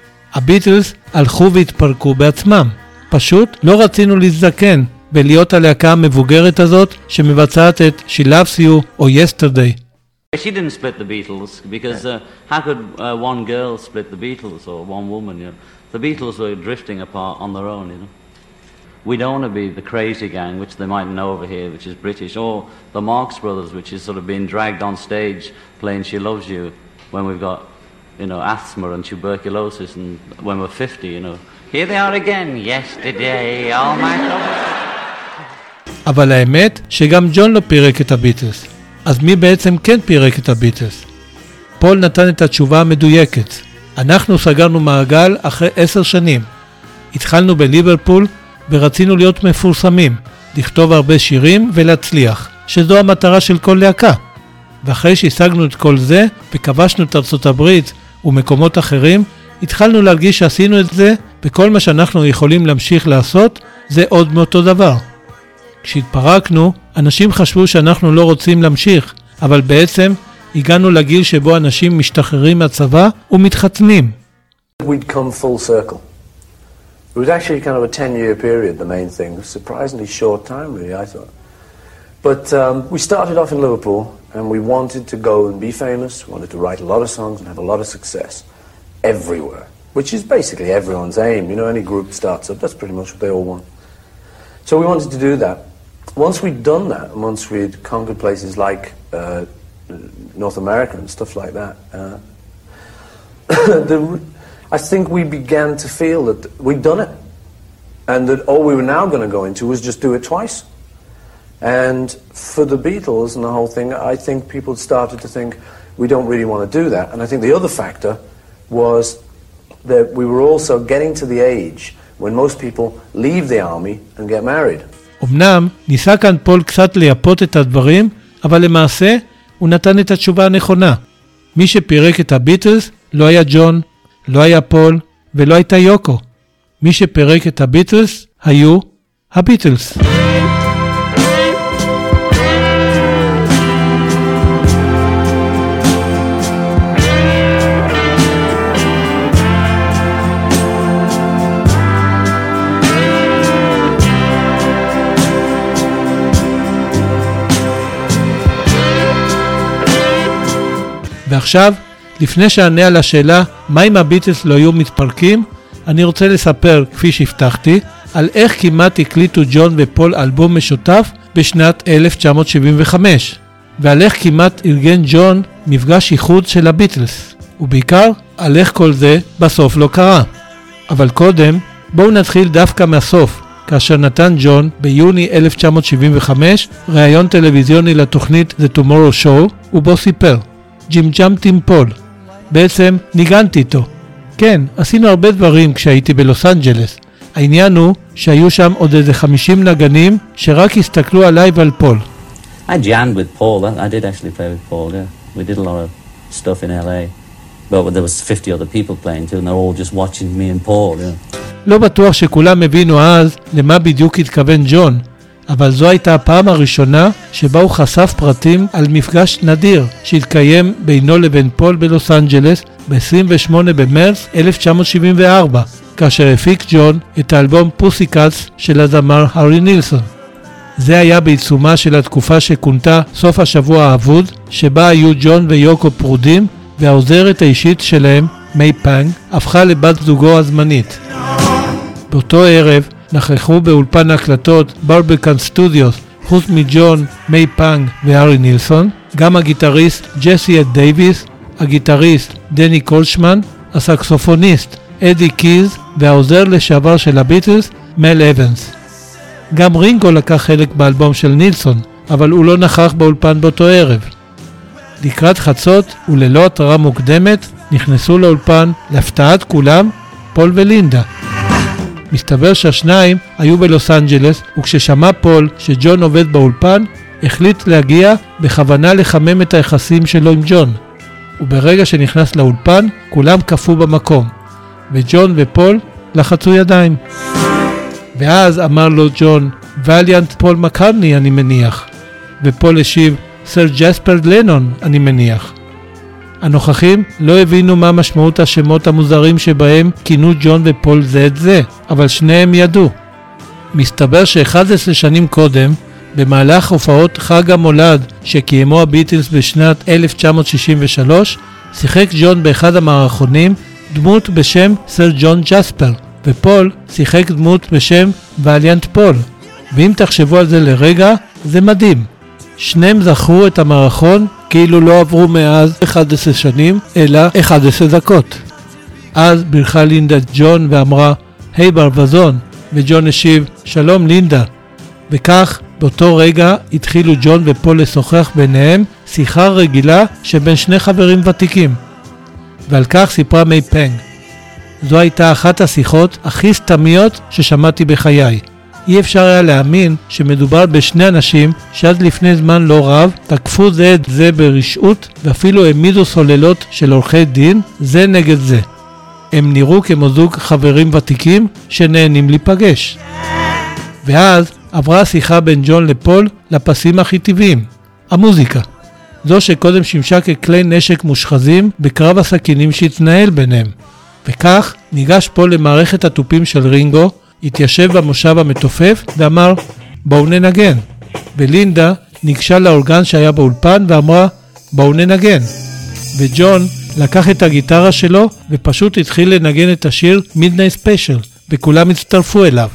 הביטלס הלכו והתפרקו בעצמם. פשוט לא רצינו להזדקן ולהיות הלהקה המבוגרת הזאת שמבצעת את She Loves You או Yesterday. She didn't split the Beatles because uh, how could uh, one girl split the Beatles or one woman, you know? The Beatles were drifting apart on their own, you know. We don't want to be the Crazy Gang, which they might know over here, which is British, or the Marx Brothers, which is sort of being dragged on stage playing She Loves You when we've got, you know, asthma and tuberculosis and when we're fifty, you know. Here they are again, yesterday, all my troubles. אבל האמת שגם ג'ון לא פירק את הביטלס. אז מי בעצם כן פירק את הביטלס? פול נתן את התשובה המדויקת. אנחנו סגרנו מעגל אחרי עשר שנים. התחלנו בליברפול ורצינו להיות מפורסמים, לכתוב הרבה שירים ולהצליח, שזו המטרה של כל להקה. ואחרי שהשגנו את כל זה וכבשנו את ארצות הברית ומקומות אחרים, התחלנו להרגיש שעשינו את זה, וכל מה שאנחנו יכולים להמשיך לעשות זה עוד מאותו דבר. כשהתפרקנו, אנשים חשבו שאנחנו לא רוצים להמשיך, אבל בעצם הגענו לגיל שבו אנשים משתחררים מהצבא ומתחתנים. We'd come full circle. It was actually kind of a ten-year period, the main thing. It was a surprisingly short time, really, I thought. But um, we started off in Liverpool, and we wanted to go and be famous, wanted to write a lot of songs and have a lot of success everywhere, which is basically everyone's aim. You know, any group starts up, that's pretty much what they all want. So we wanted to do that. Once we'd done that, and once we'd conquered places like uh, North America and stuff like that, uh, the, I think we began to feel that we'd done it, and that all we were now going to go into was just do it twice. And for the Beatles and the whole thing, I think people started to think, we don't really want to do that. And I think the other factor was that we were also getting to the age when most people leave the army and get married. אמנם ניסה כאן פול קצת לייפות את הדברים, אבל למעשה הוא נתן את התשובה הנכונה. מי שפירק את הביטלס לא היה ג'ון, לא היה פול ולא הייתה יוקו. מי שפירק את הביטלס היו הביטלס. ועכשיו, לפני שענה על השאלה מה אם הביטלס לא היו מתפרקים, אני רוצה לספר, כפי שהבטחתי, על איך כמעט הקליטו ג'ון ופול אלבום משותף בשנת אלף תשע מאות שבעים וחמש, ועל איך כמעט ארגן ג'ון מפגש איחוד של הביטלס, ובעיקר על איך כל זה בסוף לא קרה. אבל קודם, בואו נתחיל דווקא מהסוף, כאשר נתן ג'ון ביוני אלף תשע מאות שבעים וחמש ראיון טלוויזיוני לתוכנית The Tomorrow Show, ובו סיפר, ג'ים ג'מפט עם פול. בעצם ניגנתי איתו. כן, עשינו הרבה דברים כשהייתי בלוס אנג'לס. העניין הוא שהיו שם עוד איזה חמישים נגנים שרק הסתכלו עליי ועל פול. I jammed with Paul. I did actually play with Paul, yeah. We did a lot of stuff in L A. But there was fifty other people playing too, and they're all just watching me and Paul, yeah. לא בטוח שכולם הבינו אז למה בדיוק התכוון ג'ון, אבל זו הייתה הפעם הראשונה שבה הוא חשף פרטים על מפגש נדיר שהתקיים בינו לבין פול בלוס אנג'לס ב-עשרים ושמונה במרץ אלף תשע מאות שבעים וארבע, כאשר הפיק ג'ון את האלבום פוסיקאטס של הזמר הארי נילסון. זה היה בעיצומה של התקופה שכונתה סוף השבוע האבוד, שבה היו ג'ון ויוקו פרודים, והעוזרת האישית שלהם, מיי פאנג, הפכה לבת זוגו הזמנית. באותו ערב נכחו באולפן ההקלטות ברביקן סטודיוס, חוץ מג'ון, מיי פאנג והארי נילסון, גם הגיטריסט ג'סי אד דייביס, הגיטריסט דני קולשמן, הסקסופוניסט אדי קיז והעוזר לשעבר של הביטלס, מל אבנס. גם רינגו לקח חלק באלבום של נילסון, אבל הוא לא נכח באולפן באותו ערב. לקראת חצות וללא התראה מוקדמת נכנסו לאולפן להפתעת כולם פול ולינדה. מסתבר שהשניים היו בלוס אנג'לס, וכששמע פול שג'ון עובד באולפן, החליט להגיע בכוונה לחמם את היחסים שלו עם ג'ון. וברגע שנכנס לאולפן, כולם קפו במקום, וג'ון ופול לחצו ידיים. ואז אמר לו ג'ון, ואליאנט פול מקרני אני מניח, ופול השיב, סר ג'ספר לנון אני מניח. הנוכחים לא הבינו מה משמעות השמות המוזרים שבהם כינו ג'ון ופול זה את זה, אבל שניהם ידעו. מסתבר ש-אחת עשרה שנים קודם, במהלך הופעות חג המולד שקיימו הביטלס בשנת אלף תשע מאות שישים ושלוש, שיחק ג'ון באחד המערכונים דמות בשם סר ג'ון ג'ספר, ופול שיחק דמות בשם ואליאנט פול. ואם תחשבו על זה לרגע, זה מדהים. שניהם זכרו את המערכון כאילו לא עברו מאז אחת עשרה שנים, אלא אחת עשרה דקות. אז ברכה לינדה ג'ון ואמרה, היי ברווזון, וג'ון השיב, שלום לינדה. וכך, באותו רגע התחילו ג'ון ופול לשוחח ביניהם שיחה רגילה שבין שני חברים ותיקים. ועל כך סיפרה מיי פאנג. זו הייתה אחת השיחות הכי סתמיות ששמעתי בחיי. אי אפשר היה להאמין שמדובר בשני אנשים שעד לפני זמן לא רב תקפו זה את זה ברשעות ואפילו העמידו סוללות של עורכי דין זה נגד זה. הם נראו כמו זוג חברים ותיקים שנהנים להיפגש. ואז עברה השיחה בין ג'ון לפול לפסים הכי טבעיים, המוזיקה. זו שקודם שימשה ככלי נשק מושחזים בקרב הסכינים שהתנהל ביניהם. וכך ניגש פול למערכת הטופים של רינגו, התיישב במושב המתופף ואמר, בואו ננגן. ולינדה ניגשה לאורגן שהיה באולפן ואמרה, בואו ננגן. וג'ון לקח את הגיטרה שלו ופשוט התחיל לנגן את השיר Midnight Special, וכולם הצטרפו אליו.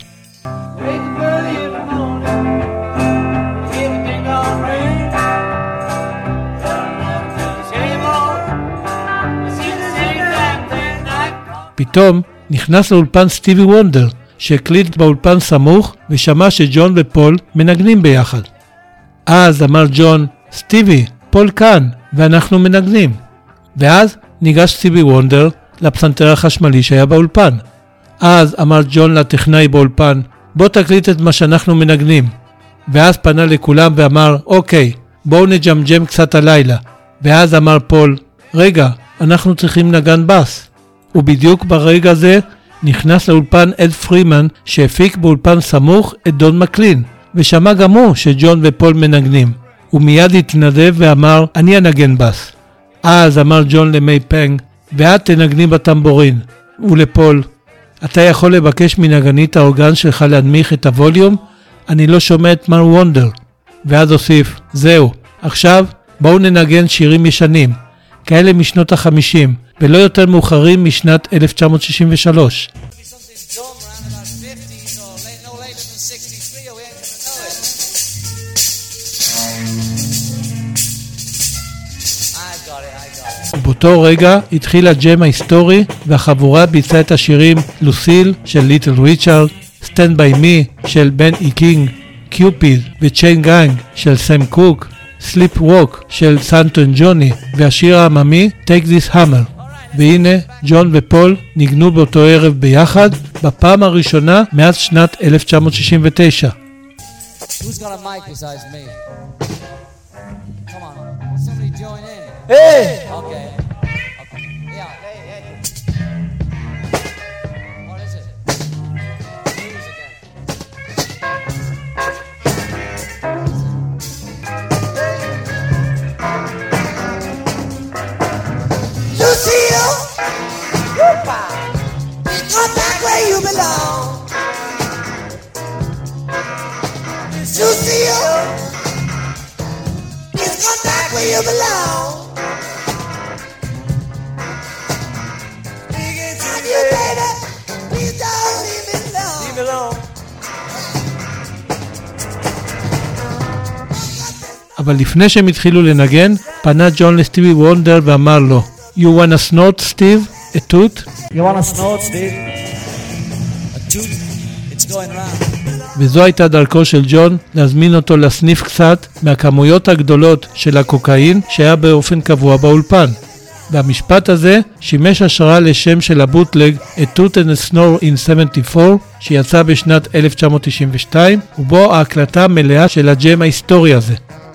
פתאום נכנס לאולפן סטיבי וונדר, שהקליט באולפן סמוך ושמע שג'ון ופול מנגנים ביחד. אז אמר ג'ון, סטיבי, פול כאן, ואנחנו מנגנים. ואז ניגש סטיבי וונדר לפסנתר החשמלי שהיה באולפן. אז אמר ג'ון לטכנאי באולפן, בוא תקליט את מה שאנחנו מנגנים. ואז פנה לכולם ואמר, אוקיי, בואו נג'מג'ם קצת הלילה. ואז אמר פול, רגע, אנחנו צריכים נגן בס. ובדיוק ברגע זה נכנס לאולפן אד פרימן שהפיק באולפן סמוך את דון מקלין, ושמע גם הוא שג'ון ופול מנגנים. הוא מיד התנדב ואמר, אני אנגן בס. אז אמר ג'ון למי פנג, ואת תנגני בטמבורין. ולפול, אתה יכול לבקש מנגנית האורגן שלך להנמיך את הווליום? אני לא שומע את מר וונדר. ואז הוסיף, זהו, עכשיו בואו ננגן שירים ישנים, כאלה משנות החמישים, ולא יותר מאוחרים משנת אלף תשע מאות שישים ושלוש. ובאותו רגע התחיל הג'ם ההיסטורי, והחבורה ביצעה את השירים לוסיל של ליטל ריצ'ארד, סטנד ביי מי של בן אי קינג, קיופיד וצ'יין גאנג של סם קוק, סליפ ווק של סנטון ג'וני, והשיר העממי Take This Hammer. והנה ג'ון ופול ניגנו באותו ערב ביחד בפעם הראשונה מאז שנת אלף תשע מאות שישים ותשע. Who's got a mic besides me? Come on, somebody join in. Hey! Okay. Okay. Yeah. Hey, hey. What is it? Blues again. Lucille, come back where you belong. Lucille, please come back where you belong. Love you, baby, please don't leave me alone. Leave me alone. אבל לפני שהם התחילו לנגן, פנה ג'ון לסטיבי וונדר ואמר לו, You wanna snort, Steve? A toot? You wanna snort, Steve? A toot? It's going round. וזו הייתה דרכו של ג'ון להזמין אותו לסניף קצת מהכמויות הגדולות של הקוקאין שהיה באופן קבוע באולפן. והמשפט הזה שימש השראה לשם של הבוטלג A Toot and a Snore in שבעים וארבע שיצא בשנת אלף תשע מאות תשעים ושתיים, ובו ההקלטה המלאה של הג'ם ההיסטורי הזה.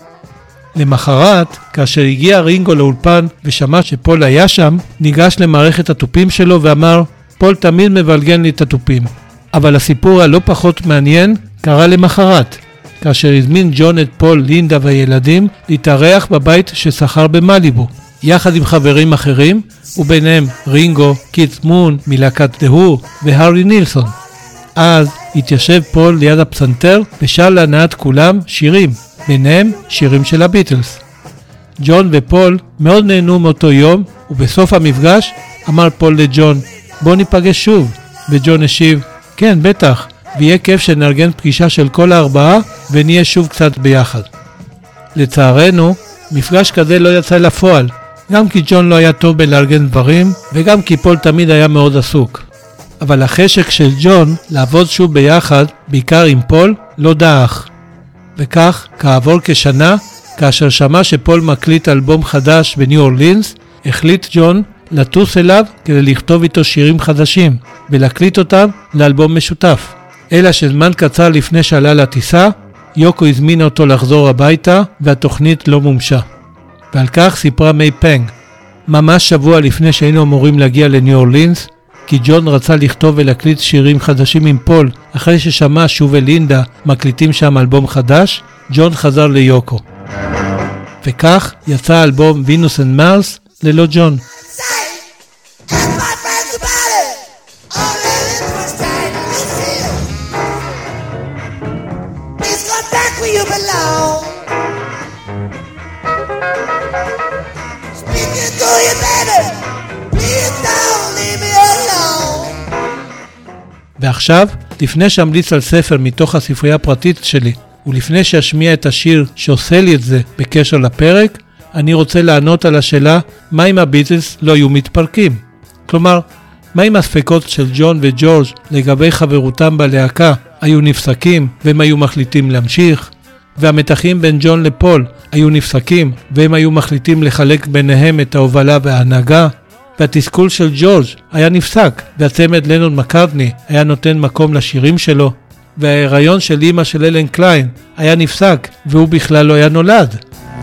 למחרת, כאשר הגיע רינגו לאולפן ושמע שפול היה שם, ניגש למערכת התופים שלו ואמר, פול תמיד מבלגן לי את התופים. אבל הסיפור הלא פחות מעניין קרה למחרת, כאשר הזמין ג'ון את פול, לינדה והילדים להתארח בבית ששכר במליבו, יחד עם חברים אחרים, וביניהם רינגו, קית' מון מלהקת דהו והארי נילסון. אז התיישב פול ליד הפסנתר ושר להנאת כולם שירים, ביניהם שירים של הביטלס. ג'ון ופול מאוד נהנו מאותו יום, ובסוף המפגש אמר פול לג'ון, בוא ניפגש שוב. וג'ון השיב, כן בטח, ויהיה כיף שנארגן פגישה של כל הארבעה ונהיה שוב קצת ביחד. לצערנו, מפגש כזה לא יצא לפועל, גם כי ג'ון לא היה טוב בלארגן דברים, וגם כי פול תמיד היה מאוד עסוק. אבל החשק של ג'ון לעבוד שוב ביחד, בעיקר עם פול, לא דעך. וכך, כעבור כשנה, כאשר שמע שפול מקליט אלבום חדש בניו אורלינס, החליט ג'ון לטוס אליו כדי לכתוב איתו שירים חדשים, ולהקליט אותם לאלבום משותף. אלא שזמן קצר לפני שעלה לטיסה, יוקו הזמינה אותו לחזור הביתה, והתוכנית לא מומשה. ועל כך סיפרה מי פנג. ממש שבוע לפני שהיינו אמורים להגיע לניו אורלינס, כי ג'ון רצה לכתוב ולהקליט שירים חדשים עם פול, אחרי ששמע שהוא ולינדה מקליטים שם אלבום חדש, ג'ון חזר ליוקו. וכך יצא האלבום וינוס אנד מארס ללא ג'ון. ועכשיו, לפני שאמליץ על ספר מתוך הספרייה הפרטית שלי, ולפני שאשמיע את השיר שעושה לי את זה בקשר לפרק, אני רוצה לענות על השאלה, מה אם הביטלס לא היו מתפרקים? כלומר, מה אם הספקות של ג'ון וג'ורג' לגבי חברותם בלהקה היו נפסקים והם היו מחליטים להמשיך? והמתחים בין ג'ון לפול היו נפסקים והם היו מחליטים לחלק ביניהם את ההובלה וההנהגה? והתסכול של ג'ורג' היה נפסק, והצמד לנון מקארטני היה נותן מקום לשירים שלו. וההיריון של אמא של אלן קליין היה נפסק והוא בכלל לא היה נולד?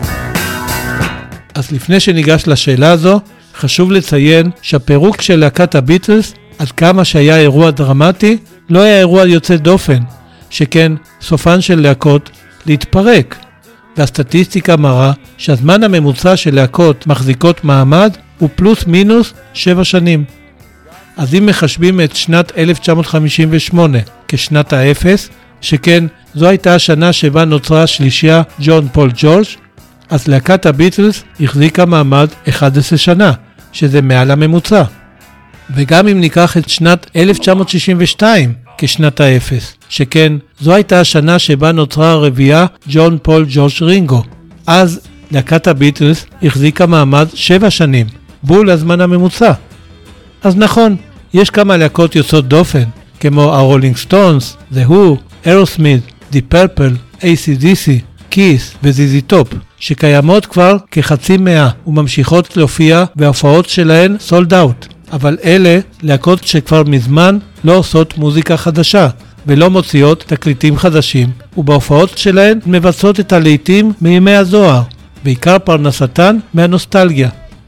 אז לפני שניגש לשאלה הזו, חשוב לציין שהפירוק של להקת הביטלס, עד כמה שהיה אירוע דרמטי, לא היה אירוע יוצא דופן, שכן סופן של להקות להתפרק. והסטטיסטיקה מראה שהזמן הממוצע של להקות מחזיקות מעמד הוא פלוס מינוס שבע שנים. אז אם מחשבים את שנת אלף תשע מאות חמישים ושמונה כשנת האפס, שכן זו הייתה השנה שבה נוצרה השלישייה ג'ון פול ג'ורג', אז להקת הביטלס החזיקה מעמד אחת עשרה שנה, שזה מעל הממוצע. וגם אם ניקח את שנת אלף תשע מאות שישים ושתיים כשנת האפס, שכן זו הייתה השנה שבה נוצרה הרביעייה ג'ון פול ג'ורג' רינגו, אז להקת הביטלס החזיקה מעמד שבע שנים, בול הזמן הממוצע. אז נכון, יש כמה להקות יוצאות דופן, כמו הרולינג סטונס, The Who, Aerosmith, Deep Purple, A C D C, Kiss ו-זי זי Top, שקיימות כבר כחצי מאה וממשיכות להופיע וההופעות שלהן סולד אאוט. אבל אלה להקות שכבר מזמן לא עושות מוזיקה חדשה ולא מוציאות תקליטים חדשים, ובהופעות שלהן מבצעות את הלהיטים מימי הזוהר, בעיקר פרנסתן מהנוסטלגיה.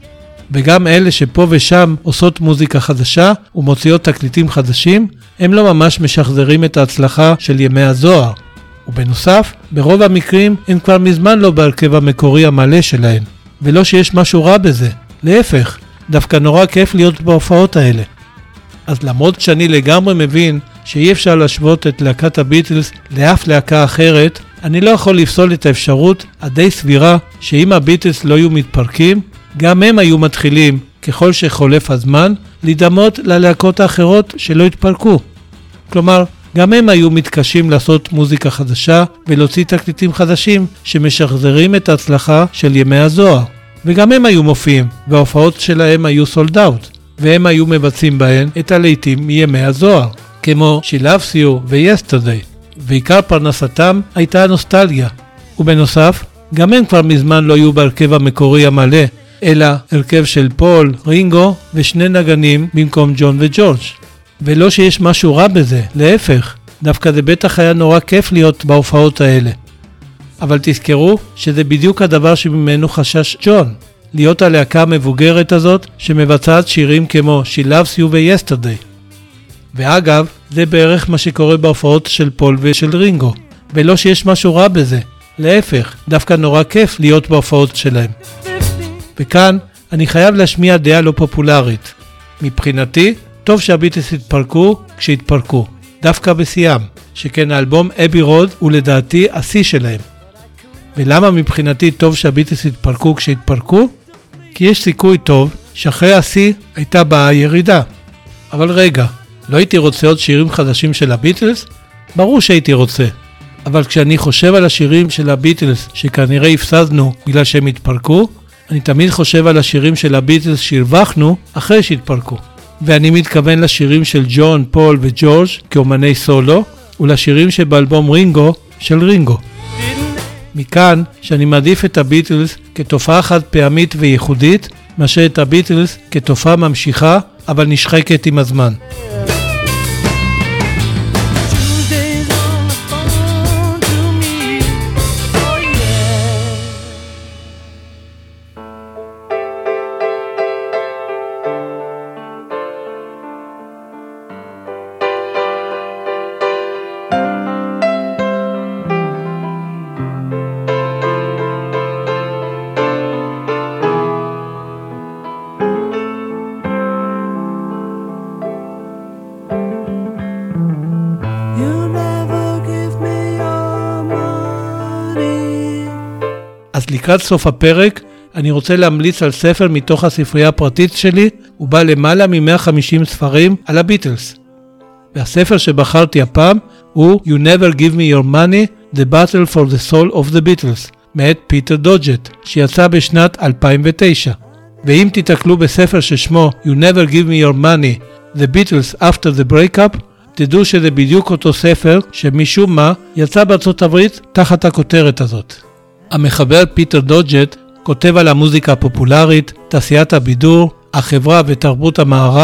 וגם אלה שפה ושם עושות מוזיקה חדשה ומוציאות תקליטים חדשים, הם לא ממש משחזרים את ההצלחה של ימי הזוהר. ובנוסף, ברוב המקרים הם כבר מזמן לא בהרכב המקורי המלא שלהן, ולא שיש משהו רע בזה, להפך, דווקא נורא כיף להיות בהופעות האלה. אז למרות שאני לגמרי מבין שאי אפשר להשוות את להקת הביטלס לאף להקה אחרת, אני לא יכול לפסול את האפשרות הדי סבירה שאם הביטלס לא היו מתפרקים, גם הם היו מתחילים, ככל שחולף הזמן, להידמות ללהקות האחרות שלא התפרקו. כלומר, גם הם היו מתקשים לעשות מוזיקה חדשה ולהוציא תקליטים חדשים שמשחזרים את ההצלחה של ימי הזוהר. וגם הם היו מופיעים, וההופעות שלהם היו סולד אאוט, והם היו מבצעים בהן את הלהיטים מימי הזוהר, כמו She Loves You ו-Yesterday, ועיקר פרנסתם הייתה הנוסטלגיה. ובנוסף, גם הם כבר מזמן לא היו בהרכב המקורי המלא, אלא הרכב של פול, רינגו ושני נגנים במקום ג'ון וג'ורג'. ולא שיש משהו רע בזה, להפך, דווקא זה בטח היה נורא כיף להיות בהופעות האלה. אבל תזכרו שזה בדיוק הדבר שממנו חשש ג'ון, להיות הלהקה המבוגרת הזאת שמבצעת שירים כמו She Loves You ו-Yesterday. ואגב, זה בערך מה שקורה בהופעות של פול ושל רינגו, ולא שיש משהו רע בזה, להפך, דווקא נורא כיף להיות בהופעות שלהם. וכאן אני חייב להשמיע דעה לא פופולרית. מבחינתי, טוב שהביטלס התפרקו כשהתפרקו, דווקא בשיאם, שכן האלבום אבי רוד הוא לדעתי השיא שלהם. ולמה מבחינתי טוב שהביטלס התפרקו כשהתפרקו? כי יש סיכוי טוב שאחרי השיא הייתה באה ירידה. אבל רגע, לא הייתי רוצה עוד שירים חדשים של הביטלס? ברור שהייתי רוצה. אבל כשאני חושב על השירים של הביטלס שכנראה הפסדנו בגלל שהם התפרקו, אני תמיד חושב על השירים של הביטלס שהרווחנו אחרי שהתפרקו. ואני מתכוון לשירים של ג'ון, פול וג'ורג' כאומני סולו, ולשירים שבאלבום רינגו של רינגו. מכאן שאני מעדיף את הביטלס כתופעה חד פעמית וייחודית, מאשר את הביטלס כתופעה ממשיכה, אבל נשחקת עם הזמן. אז לקראת סוף הפרק, אני רוצה להמליץ על ספר מתוך הספרייה הפרטית שלי, הוא בא למעלה מ-מאה וחמישים ספרים על הביטלס. והספר שבחרתי הפעם הוא You Never Give Me Your Money, The Battle for the Soul of the Beatles, מאת פיטר דוג'ט, שיצא בשנת אלפיים ותשע. ואם תתקלו בספר ששמו You Never Give Me Your Money, The Beatles After the Breakup, תדעו שזה בדיוק אותו ספר שמשום מה יצא בארצות הברית תחת הכותרת הזאת. המחבר פיטר דוג'ט כותב על המוזיקה הפופולרית, תעשיית הבידור, החברה ותרבות המערב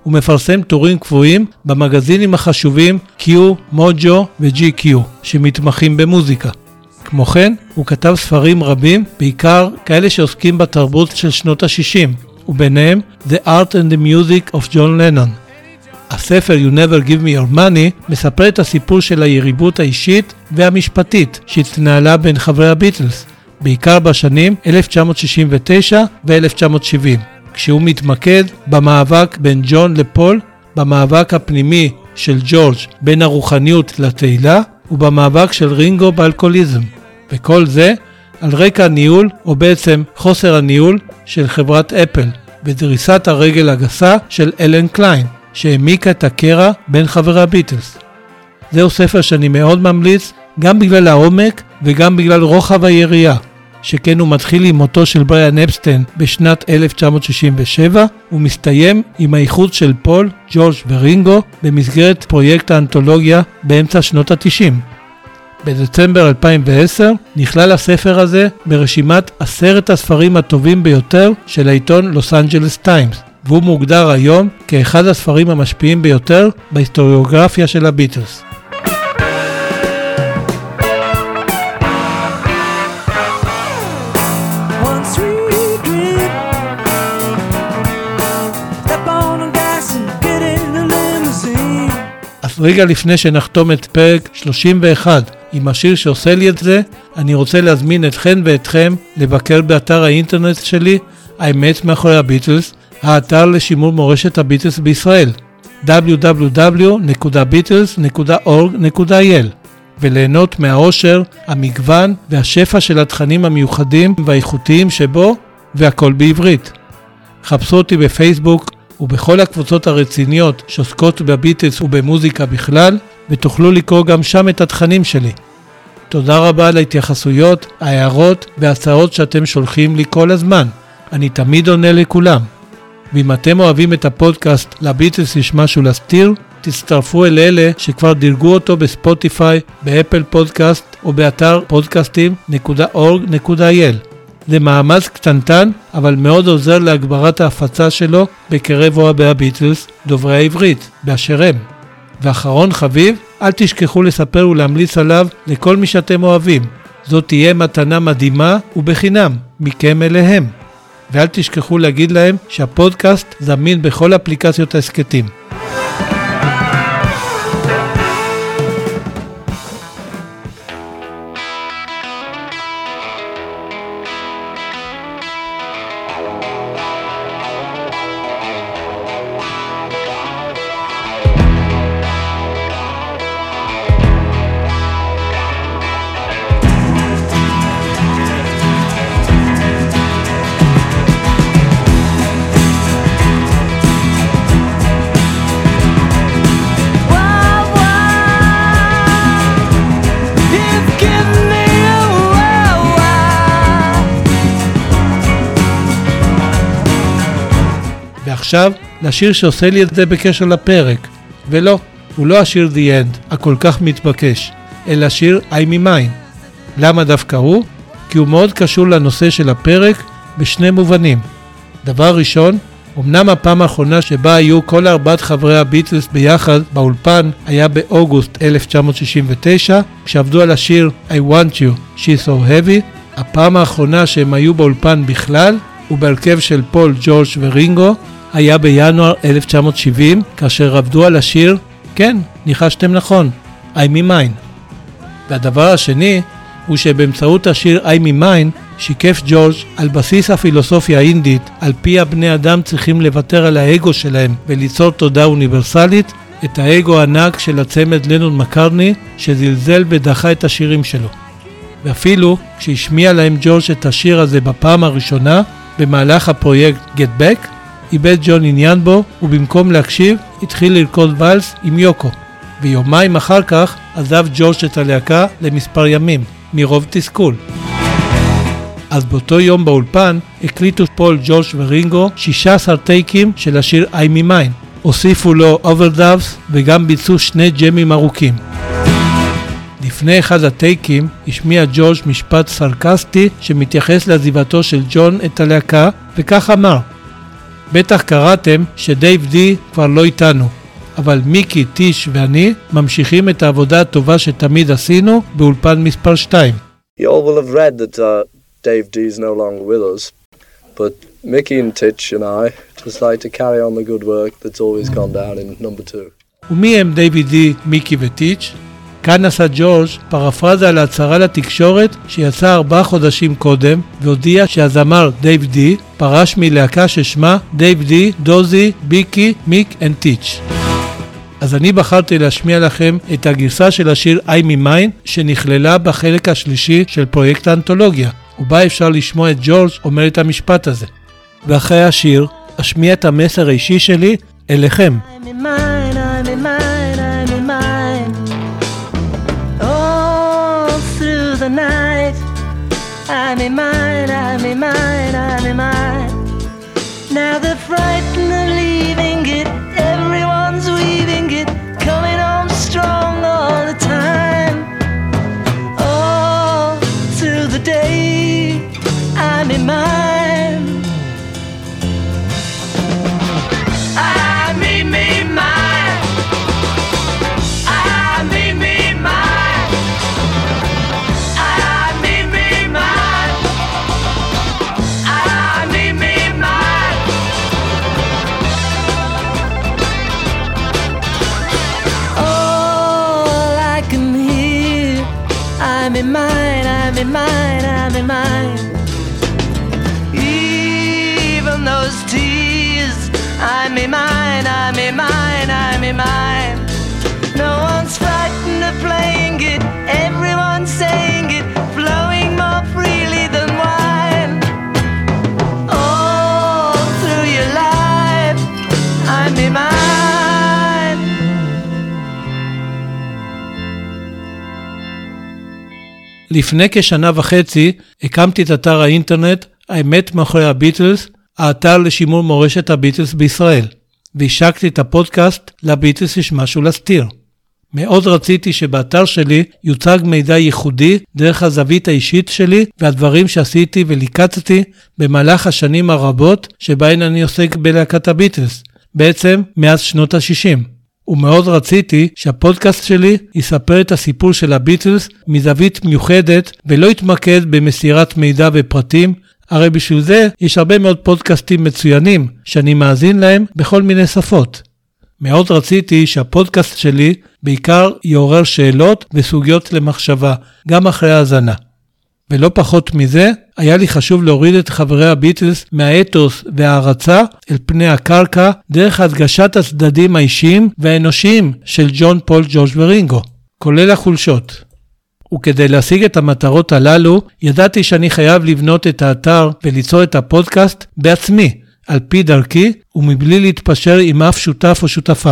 ומפרסם טורים קבועים במגזינים החשובים Q, Mojo ו-ג'י קיו שמתמחים במוזיקה. כמו כן, הוא כתב ספרים רבים, בעיקר כאלה שעוסקים בתרבות של שנות ה-שישים, וביניהם The Art and the Music of John Lennon. הספר You Never Give Me Your Money מספר את הסיפור של היריבות האישית והמשפטית שהתנהלה בין חברי הביטלס, בעיקר בשנים אלף תשע מאות שישים ותשע ו-אלף תשע מאות שבעים, כשהוא מתמקד במאבק בין ג'ון לפול, במאבק הפנימי של ג'ורג' בין הרוחניות לתהילה, ובמאבק של רינגו באלכוהוליזם. וכל זה על רקע הניהול, או בעצם חוסר הניהול, של חברת אפל, ודריסת הרגל הגסה של אלן קליין, שהעמיקה את הקרע בין חברי הביטלס. זהו ספר שאני מאוד ממליץ, גם בגלל העומק וגם בגלל רוחב היריעה, שכן הוא מתחיל עם מותו של בריאן אפסטיין בשנת אלף תשע מאות שישים ושבע, ומסתיים עם האיחוד של פול, ג'ורג' ורינגו במסגרת פרויקט האנתולוגיה באמצע שנות ה-תשעים. בדצמבר אלפיים ועשר נכלל הספר הזה ברשימת עשרת הספרים הטובים ביותר של העיתון לוס אנג'לס טיימס, והוא מוגדר היום כאחד הספרים המשפיעים ביותר בהיסטוריוגרפיה של הביטלס. אז רגע לפני שנחתום את פרק שלושים ואחת עם השיר שעושה לי את זה, אני רוצה להזמין אתכן ואתכם לבקר באתר האינטרנט שלי, האמת מאחורי הביטלס, האתר לשימור מורשת הביטלס בישראל, דאבליו דאבליו דאבליו נקודה ביטלס נקודה אורג נקודה איי אל, וליהנות מהעושר, המגוון והשפע של התכנים המיוחדים והאיכותיים שבו, והכל בעברית. חפשו אותי בפייסבוק ובכל הקבוצות הרציניות שעוסקות בביטלס ובמוזיקה בכלל, ותוכלו לקרוא גם שם את התכנים שלי. תודה רבה על ההתייחסויות, ההערות וההצעות שאתם שולחים לי כל הזמן. אני תמיד עונה לכולם. ואם אתם אוהבים את הפודקאסט לביטלס יש משהו להסתיר, תצטרפו אל אלה שכבר דירגו אותו בספוטיפיי, באפל פודקאסט או באתר פודקאסטים נקודה אורג נקודה איי אל. זה מאמץ קטנטן, אבל מאוד עוזר להגברת ההפצה שלו בקרב אוהבי הביטלס דוברי העברית, באשר הם. ואחרון חביב, אל תשכחו לספר ולהמליץ עליו לכל מי שאתם אוהבים. זאת תהיה מתנה מדהימה ובחינם, מכם אליהם. ואל תשכחו להגיד להם שהפודקאסט זמין בכל אפליקציות ההסקטים. ועכשיו, לשיר שעושה לי את זה בקשר לפרק. ולא, הוא לא השיר The End, הכל כך מתבקש, אלא שיר I'm in Mine. למה דווקא הוא? כי הוא מאוד קשור לנושא של הפרק בשני מובנים. דבר ראשון, אמנם הפעם האחרונה שבה היו כל ארבעת חברי הביטלס ביחד באולפן היה באוגוסט אלף תשע מאות שישים ותשע, כשעבדו על השיר I Want You, She's So Heavy. הפעם האחרונה שהם היו באולפן בכלל, ובהרכב של פול, ג'ורג' ורינגו, היה בינואר אלף תשע מאות שבעים, כאשר עבדו על השיר, כן, ניחשתם נכון, I'm in Mine. והדבר השני, הוא שבאמצעות השיר I'm in Mine, שיקף ג'ורג' על בסיס הפילוסופיה האינדית, על פי הבני אדם צריכים לוותר על האגו שלהם וליצור תודה אוניברסלית, את האגו הענק של הצמד לנון מקרני, שזלזל ודחה את השירים שלו. ואפילו כשהשמיע להם ג'ורג' את השיר הזה בפעם הראשונה, במהלך הפרויקט Get Back, איבד ג'ון עניין בו, ובמקום להקשיב, התחיל לרקוד ולס עם יוקו. ויומיים אחר כך עזב ג'ורג' את הלהקה למספר ימים, מרוב תסכול. אז באותו יום באולפן הקליטו פול, ג'ורג' ורינגו שישה עשר טייקים של השיר I'm in Mine. הוסיפו לו אוברדאבס וגם ביצעו שני ג'מים ארוכים. לפני אחד הטייקים השמיע ג'ורג' משפט סרקסטי שמתייחס לעזיבתו של ג'ון את הלהקה, וכך אמר: בטח קראתם שדייב די כבר לא איתנו, אבל מיקי, טיש ואני ממשיכים את העבודה הטובה שתמיד עשינו באולפן מספר שתיים. You all will have read that uh, Dave D is no longer with us, but Mickey and Titch and I just like to carry on the good work that's always gone down in number two. ומי הם דייב די, מיקי וטיץ'? כאן עשה ג'ורג' פרפרזה על הצהרה לתקשורת שיצא ארבעה חודשים קודם והודיע שהזמר דייב די פרש מלהקה ששמה דייב די, דוזי, ביקי, מיק and טיץ'. אז אני בחרתי להשמיע לכם את הגרסה של השיר I'm in Mine שנכללה בחלק השלישי של פרויקט האנתולוגיה, ובה אפשר לשמוע את ג'ורג' אומר את המשפט הזה. ואחרי השיר אשמיע את המסר האישי שלי אליכם. I'm in mine, I'm in mine, I'm in mine. All through the night, I'm in mine, I'm in mine, I'm in mine. Now the frightened of leaving it, everyone's weaving it, coming home strong all the time. All through the day, I'm in mine. I me, me, mine. I me, me, mine. I me, me, mine. I me, me, mine. All I can hear, I'm in mine, I'm in mine, I'm in mine. Even those tears, I'm in mine, I'm in mine, I'm in mine. No one's frightened of playing it, everyone's saying it, flowing more freely than wine. All through your life, I'm in mine. לפני כשנה וחצי הקמתי את אתר האינטרנט האמת מאחורי הביטלס, האתר לשימור מורשת הביטלס בישראל, והשקתי את הפודקאסט לביטלס יש משהו להסתיר. מאוד רציתי שבאתר שלי יוצג מידע ייחודי דרך הזווית האישית שלי והדברים שעשיתי וליקטתי במהלך השנים הרבות שבהן אני עוסק בלהקת הביטלס, בעצם מאז שנות ה-שישים. ומאוד רציתי שהפודקאסט שלי יספר את הסיפור של הביטלס מזווית מיוחדת ולא יתמקד במסירת מידע ופרטים, הרי בשביל זה יש הרבה מאוד פודקאסטים מצוינים שאני מאזין להם בכל מיני שפות. מאוד רציתי שהפודקאסט שלי בעיקר יעורר שאלות וסוגיות למחשבה, גם אחרי ההאזנה. ולא פחות מזה, היה לי חשוב להוריד את חברי הביטלס מהאתוס וההערצה אל פני הקרקע דרך הדגשת הצדדים האישיים והאנושיים של ג'ון, פול, ג'ורג' ורינגו, כולל החולשות. וכדי להשיג את המטרות הללו, ידעתי שאני חייב לבנות את האתר וליצור את הפודקאסט בעצמי, על פי דרכי ומבלי להתפשר עם אף שותף או שותפה.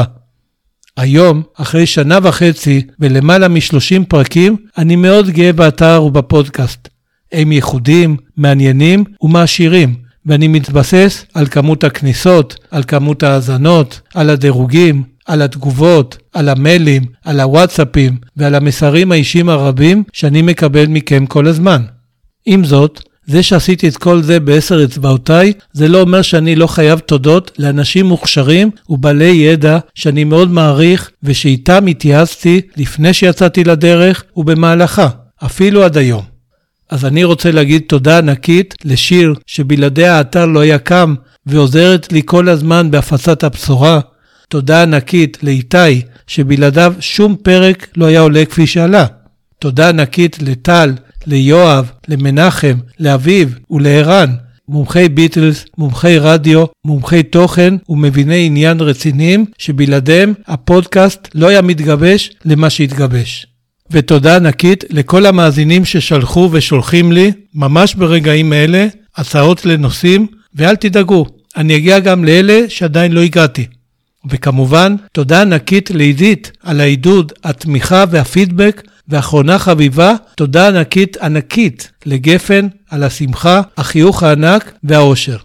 היום, אחרי שנה וחצי ולמעלה משלושים פרקים, אני מאוד גאה באתר ובפודקאסט. הם ייחודיים, מעניינים ומעשירים, ואני מתבסס על כמות הכניסות, על כמות ההאזנות, על הדירוגים, על התגובות, על המיילים, על הוואטסאפים ועל המסרים האישיים הרבים שאני מקבל מכם כל הזמן. עם זאת, זה שעשיתי את כל זה בעשר אצבעותיי, זה לא אומר שאני לא חייב תודות לאנשים מוכשרים ובעלי ידע שאני מאוד מעריך ושאיתם התייעצתי לפני שיצאתי לדרך ובמהלכה, אפילו עד היום. אז אני רוצה להגיד תודה ענקית לשיר שבלעדיה האתר לא היה קם ועוזרת לי כל הזמן בהפצת הבשורה. תודה ענקית לאיתי שבלעדיו שום פרק לא היה עולה כפי שעלה. תודה ענקית לטל, ליואב, למנחם, לאביב ולערן, מומחי ביטלס, מומחי רדיו, מומחי תוכן ומביני עניין רציניים שבלעדיהם הפודקאסט לא היה מתגבש למה שהתגבש. ותודה ענקית לכל המאזינים ששלחו ושולחים לי, ממש ברגעים אלה, הצעות לנושאים, ואל תדאגו, אני אגיע גם לאלה שעדיין לא הגעתי. וכמובן, תודה ענקית לעידית על העידוד, התמיכה והפידבק, ואחרונה חביבה, תודה ענקית ענקית לגפן על השמחה, החיוך הענק והאושר.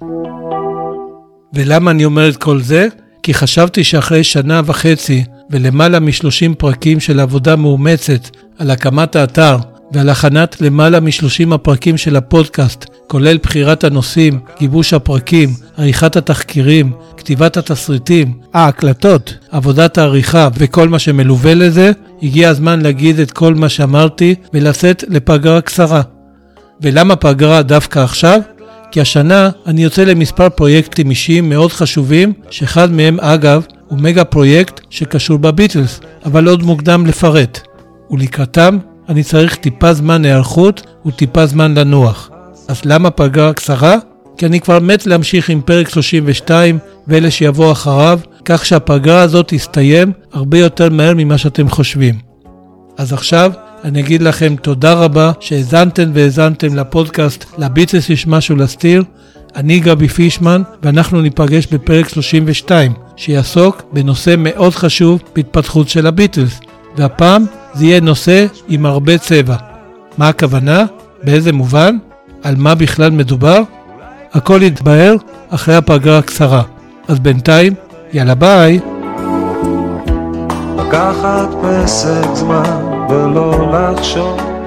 ולמה אני אומר את כל זה? כי חשבתי שאחרי שנה וחצי ולמעלה משלושים פרקים של עבודה מאומצת על הקמת האתר ועל הכנת למעלה מ-שלושים הפרקים של הפודקאסט, כולל בחירת הנושאים, גיבוש הפרקים, עריכת התחקירים, כתיבת התסריטים, ההקלטות, עבודת העריכה וכל מה שמלווה לזה, הגיע הזמן להגיד את כל מה שאמרתי ולצאת לפגרה קצרה. ולמה פגרה דווקא עכשיו? כי השנה אני יוצא למספר פרויקטים אישיים מאוד חשובים, שאחד מהם אגב הוא מגה פרויקט שקשור בביטלס, אבל עוד מוקדם לפרט. ולקראתם אני צריך טיפה זמן היערכות וטיפה זמן לנוח. אז למה פגרה קצרה? כי אני כבר מת להמשיך עם פרק שלושים ושתיים ואלה שיבוא אחריו, כך שהפגרה הזאת תסתיים הרבה יותר מהר ממה שאתם חושבים. אז עכשיו אני אגיד לכם תודה רבה שהזנתם והזנתם לפודקאסט לביטלס יש משהו להסתיר. אני גבי פישמן ואנחנו ניפגש בפרק שלושים ושתיים שיעסוק בנושא מאוד חשוב בהתפתחות של הביטלס, והפעם זה יהיה נושא עם הרבה צבע. מה הכוונה? באיזה מובן? על מה בכלל מדובר? הכל יתבהר אחרי הפגרה הקצרה. אז בינתיים, יאללה ביי. לקחת פסק זמן ולא לחשוב